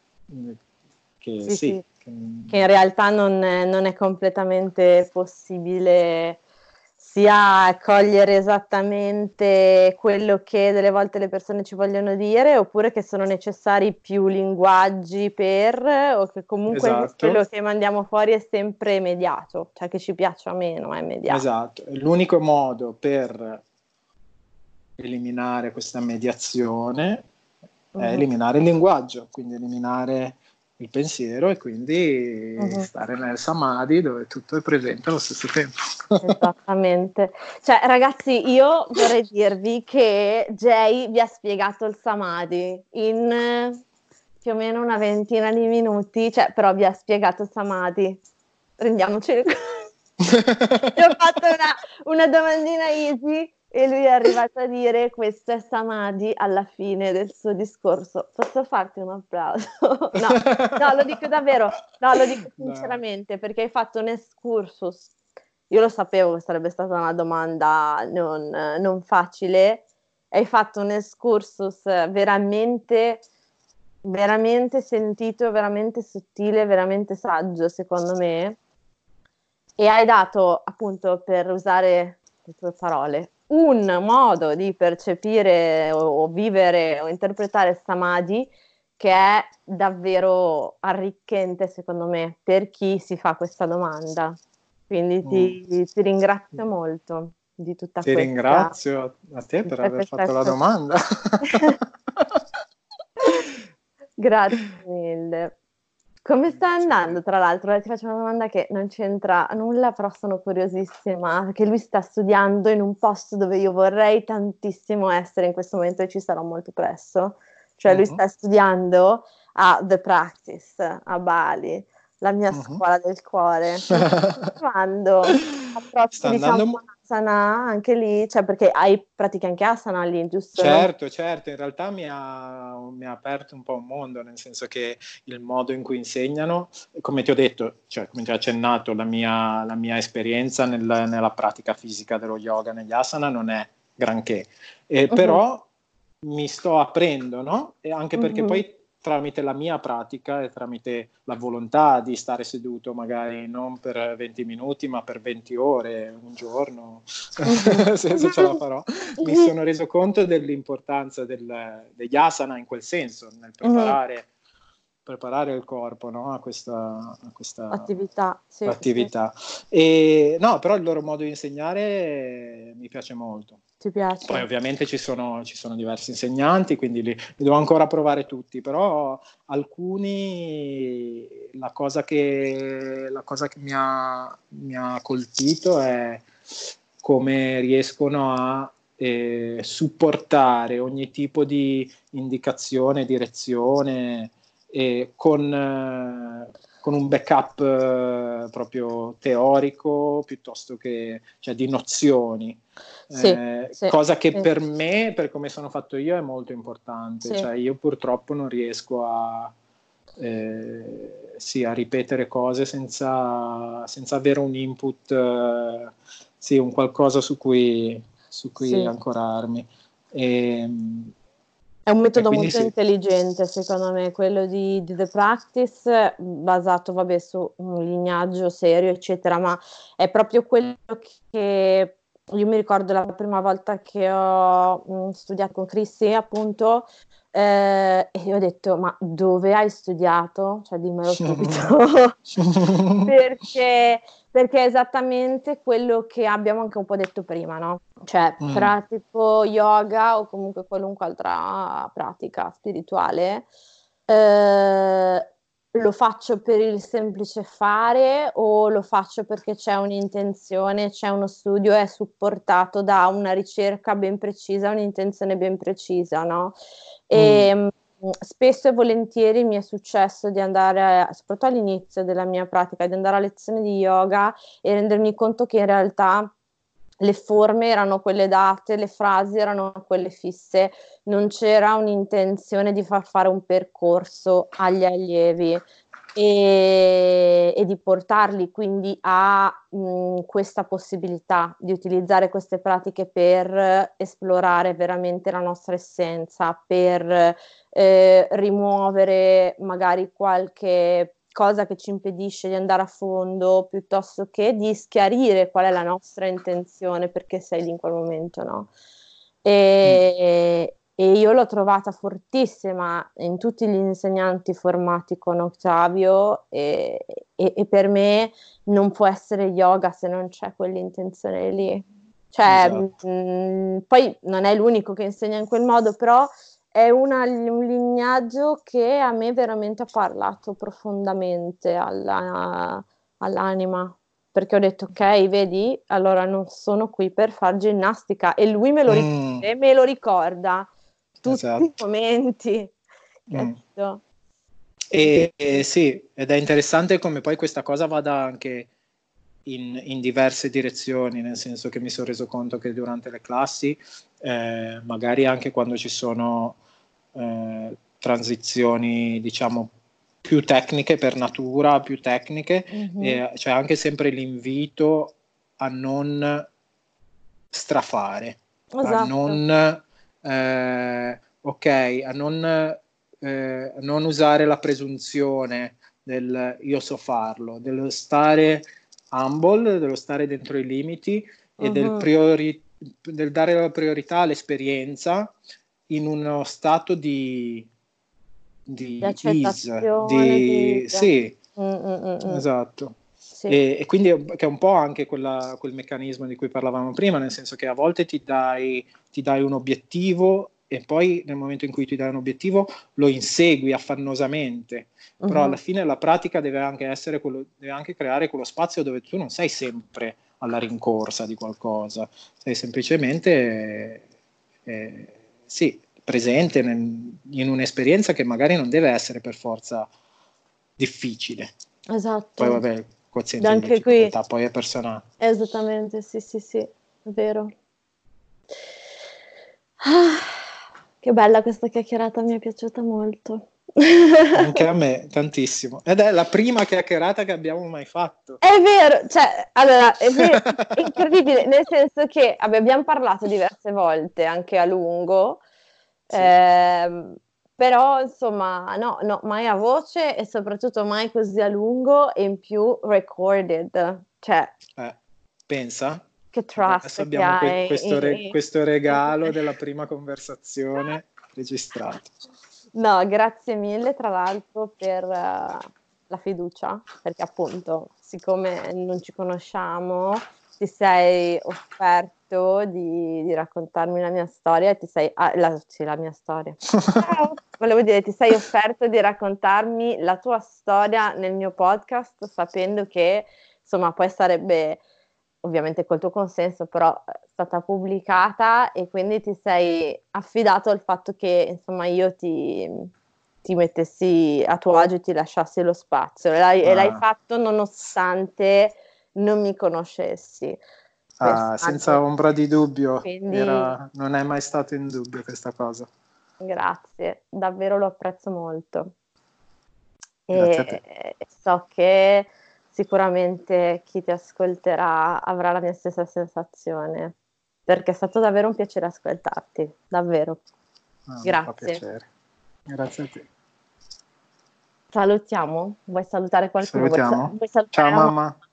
che Sì, sì, sì. che, Che in realtà non è, non è completamente possibile sia cogliere esattamente quello che delle volte le persone ci vogliono dire, oppure che sono necessari più linguaggi per, o che comunque Esatto, quello che mandiamo fuori è sempre immediato, cioè che ci piaccia o meno, è immediato. esatto. L'unico modo per eliminare questa mediazione è Mhm. eliminare il linguaggio, quindi eliminare il pensiero e quindi Mhm. stare nel samadhi dove tutto è presente allo stesso tempo. Esattamente. Cioè, ragazzi, io vorrei dirvi che Jay vi ha spiegato il samadhi in eh, più o meno una ventina di minuti, cioè, però vi ha spiegato il samadhi. Rendiamoci conto. Gli ho fatto una, una domandina easy e lui è arrivato a dire questo è samadhi alla fine del suo discorso. Posso farti un applauso? No, no, lo dico davvero, no, lo dico Dai. sinceramente, perché hai fatto un excursus. Io lo sapevo che sarebbe stata una domanda non, non facile. Hai fatto un excursus veramente, veramente sentito, veramente sottile, veramente saggio, secondo me. E hai dato, appunto, per usare le tue parole, un modo di percepire o, o vivere o interpretare Samadhi che è davvero arricchente, secondo me, per chi si fa questa domanda. Quindi ti, Mm. ti ringrazio molto di tutta Ti questa, ringrazio a te di per tutta aver questa fatto la domanda. Grazie mille. Come sta andando, tra l'altro? Ti faccio una domanda che non c'entra nulla, però sono curiosissima, che lui sta studiando in un posto dove io vorrei tantissimo essere in questo momento e ci sarò molto presto. Cioè lui Mhm, sta studiando a The Practice, a Bali, la mia mhm. scuola del cuore. Come sta trovando approccio, Sta diciamo, andando mo- asana anche lì? Cioè, perché hai pratiche anche asana lì, giusto? Non- Certo, certo, in realtà mi ha, mi ha aperto un po' un mondo, nel senso che il modo in cui insegnano, come ti ho detto, cioè come ti ho accennato, la mia, la mia esperienza nel- nella pratica fisica dello yoga negli asana non è granché, eh, Mhm, però mi sto aprendo, no? E anche perché mhm. poi tramite la mia pratica e tramite la volontà di stare seduto magari non per venti minuti ma per venti ore, un giorno, Mhm. se, se ce la farò, mi Mhm. sono reso conto dell'importanza del, degli asana in quel senso, nel Mhm. preparare, preparare il corpo, no, a questa, a questa Attività, sì, sì, attività. E, no, però il loro modo di insegnare mi piace molto. ti Poi piace. ovviamente ci sono, ci sono diversi insegnanti, quindi li, li devo ancora provare tutti, però alcuni la cosa che, la cosa che mi ha, mi ha colpito è come riescono a eh, supportare ogni tipo di indicazione, direzione eh, con, eh, con un backup eh, proprio teorico piuttosto che cioè, di nozioni. Sì, Eh, sì, cosa che sì, per me, per come sono fatto io, è molto importante. sì, Cioè, io purtroppo non riesco a, eh, sì, a ripetere cose senza, senza avere un input, eh, sì, un qualcosa su cui, su cui sì. ancorarmi. E, È un e metodo quindi molto sì. intelligente, secondo me, quello di, di The Practice, basato, vabbè, su un lignaggio serio, eccetera, ma è proprio quello che io mi ricordo la prima volta che ho mm, studiato con Chrissy, appunto, eh, e io ho detto, ma dove hai studiato? Cioè, dimmelo subito. Perché, perché è esattamente quello che abbiamo anche un po' detto prima, no? Cioè, Mm, pratico yoga o comunque qualunque altra pratica spirituale, eh, lo faccio per il semplice fare o lo faccio perché c'è un'intenzione, c'è uno studio, è supportato da una ricerca ben precisa, un'intenzione ben precisa, no? mm, E mh, spesso e volentieri mi è successo di andare, soprattutto all'inizio della mia pratica, di andare a lezione di yoga e rendermi conto che in realtà le forme erano quelle date, le frasi erano quelle fisse, non c'era un'intenzione di far fare un percorso agli allievi e, e di portarli quindi a mh, questa possibilità di utilizzare queste pratiche per esplorare veramente la nostra essenza, per eh, rimuovere magari qualche cosa che ci impedisce di andare a fondo, piuttosto che di schiarire qual è la nostra intenzione, perché sei lì in quel momento, no? E, e io l'ho trovata fortissima in tutti gli insegnanti formati con Octavio e, e, e per me non può essere yoga se non c'è quell'intenzione lì. Cioè, Esatto. mh, poi non è l'unico che insegna in quel modo, però è una- un lignaggio che a me veramente ha parlato profondamente alla- all'anima, perché ho detto, ok, vedi, allora non sono qui per far ginnastica, e lui me lo Mm, ripete, me lo ricorda tutti i esatto. momenti, Mm. capito? E, e sì, ed è interessante come poi questa cosa vada anche in, in diverse direzioni, nel senso che mi sono reso conto che durante le classi, eh, magari anche quando ci sono eh, transizioni, diciamo, più tecniche per natura, più tecniche, Mhm. eh, c'è anche sempre l'invito a non strafare, a Esatto. non, eh, ok, a non, eh, a non usare la presunzione del io so farlo, dello stare humble, dello stare dentro i limiti e del, Mhm. priori- del dare la priorità all'esperienza in uno stato di, Di di ease, accettazione, di... di... Sì, Mm, mm, mm, mm. esatto. Sì. E, e quindi è, che è un po' anche quella- quel meccanismo di cui parlavamo prima, nel senso che a volte ti dai, ti dai un obiettivo e poi nel momento in cui ti dai un obiettivo lo insegui affannosamente, però alla Mhm. fine la pratica deve anche essere quello, deve anche creare quello spazio dove tu non sei sempre alla rincorsa di qualcosa, sei semplicemente eh, sì, presente nel- in un'esperienza che magari non deve essere per forza difficile. Poi Esatto. vabbè, il quoziente di Anche qui, difficoltà poi è personale. esattamente, sì, sì, sì, è vero. Ah, che bella questa chiacchierata, mi è piaciuta molto. Anche a me, tantissimo. Ed è la prima chiacchierata che abbiamo mai fatto. È vero, cioè, allora, è vero, è incredibile, nel senso che vabbè, abbiamo parlato diverse volte, anche a lungo, Sì. ehm, però insomma, no, no, mai a voce e soprattutto mai così a lungo e in più recorded, cioè, Eh, pensa, che adesso trust che abbiamo que- questo, re- hai. questo regalo della prima conversazione registrato. No, grazie mille tra l'altro per eh, la fiducia, perché appunto, siccome non ci conosciamo, ti sei offerto di, di raccontarmi la mia storia, e ti sei, ah, la, sì, la mia storia. Ciao. Volevo dire, ti sei offerto di raccontarmi la tua storia nel mio podcast, sapendo che, insomma, poi sarebbe ovviamente col tuo consenso, però è stata pubblicata e quindi ti sei affidato al fatto che, insomma, io ti, ti mettessi a tuo agio e ti lasciassi lo spazio. E l'hai, e l'hai Ah, fatto nonostante non mi conoscessi ah, senza personalmente. ombra di dubbio, Quindi era, non è mai stato in dubbio questa cosa. grazie, davvero lo apprezzo molto. Grazie a te. E so che sicuramente chi ti ascolterà avrà la mia stessa sensazione, perché è stato davvero un piacere ascoltarti, davvero. Ah, mi fa Grazie. piacere. Grazie a te. Salutiamo? Vuoi salutare qualcuno? Vuoi, sa- Salutiamo. vuoi Ciao salutare la mamma? mamma.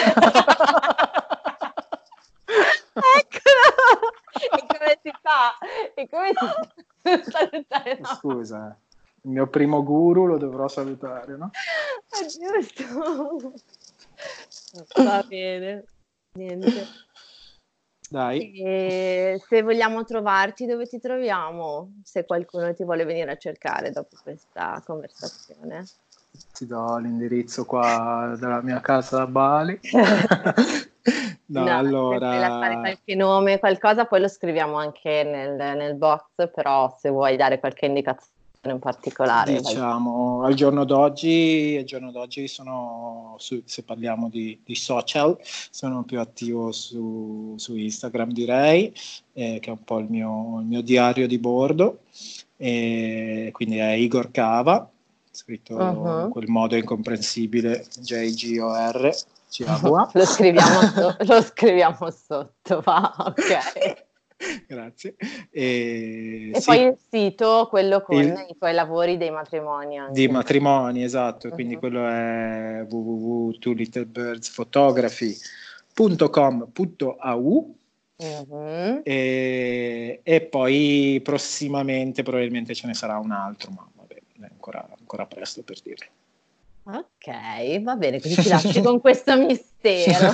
Eccolo! E come si fa? E come si fa a salutare la mamma? Scusa, eh. Il mio primo guru lo dovrò salutare, no? È giusto. Va bene, niente. Dai, E se vogliamo trovarti, dove ti troviamo? Se qualcuno ti vuole venire a cercare dopo questa conversazione. ti do l'indirizzo qua della mia casa a Bali. No, No, se vuoi fare allora, qualche nome, qualcosa, poi lo scriviamo anche nel, nel box, però se vuoi dare qualche indicazione in particolare, vai. diciamo, al giorno d'oggi, al giorno d'oggi sono, su- se parliamo di, di social, sono più attivo su, su Instagram, direi, eh, che è un po' il mio, il mio diario di bordo, e quindi è Igor Cava, scritto in Mhm. quel modo incomprensibile, J G O R C A V A. Lo scriviamo, so- lo scriviamo sotto, va, ok. Grazie. E, E sì, poi il sito, quello con il- i tuoi lavori dei matrimoni di anche. matrimoni, esatto, quindi Mhm. quello è w w w punto two little birds photography punto com punto a u. Mhm. E, e poi prossimamente probabilmente ce ne sarà un altro, ma vabbè, è ancora, ancora presto per dirlo. Ok, va bene, così ci lasci con questo mistero.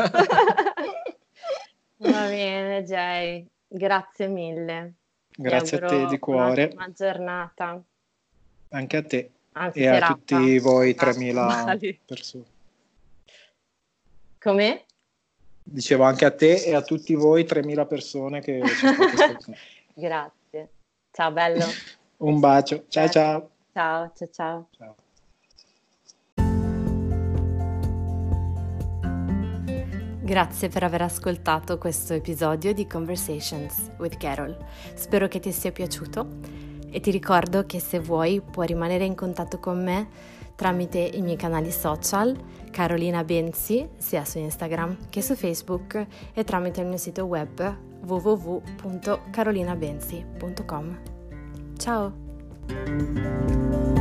Va bene, Jay, grazie mille. Ti Grazie a te di auguro cuore, un'ottima giornata, anche a te anzi e a serata. tutti voi Grazie, tremila Bali. persone. Com'è? Dicevo anche a te e a tutti voi tremila persone che ci state ascoltando. Grazie. Ciao, bello. Un bacio, ciao ciao. Ciao, ciao, ciao. Ciao. Grazie per aver ascoltato questo episodio di Conversations with Carol. Spero che ti sia piaciuto e ti ricordo che se vuoi puoi rimanere in contatto con me tramite i miei canali social, Carolina Benzi, sia su Instagram che su Facebook, e tramite il mio sito web w w w punto carolina benzi punto com. Ciao!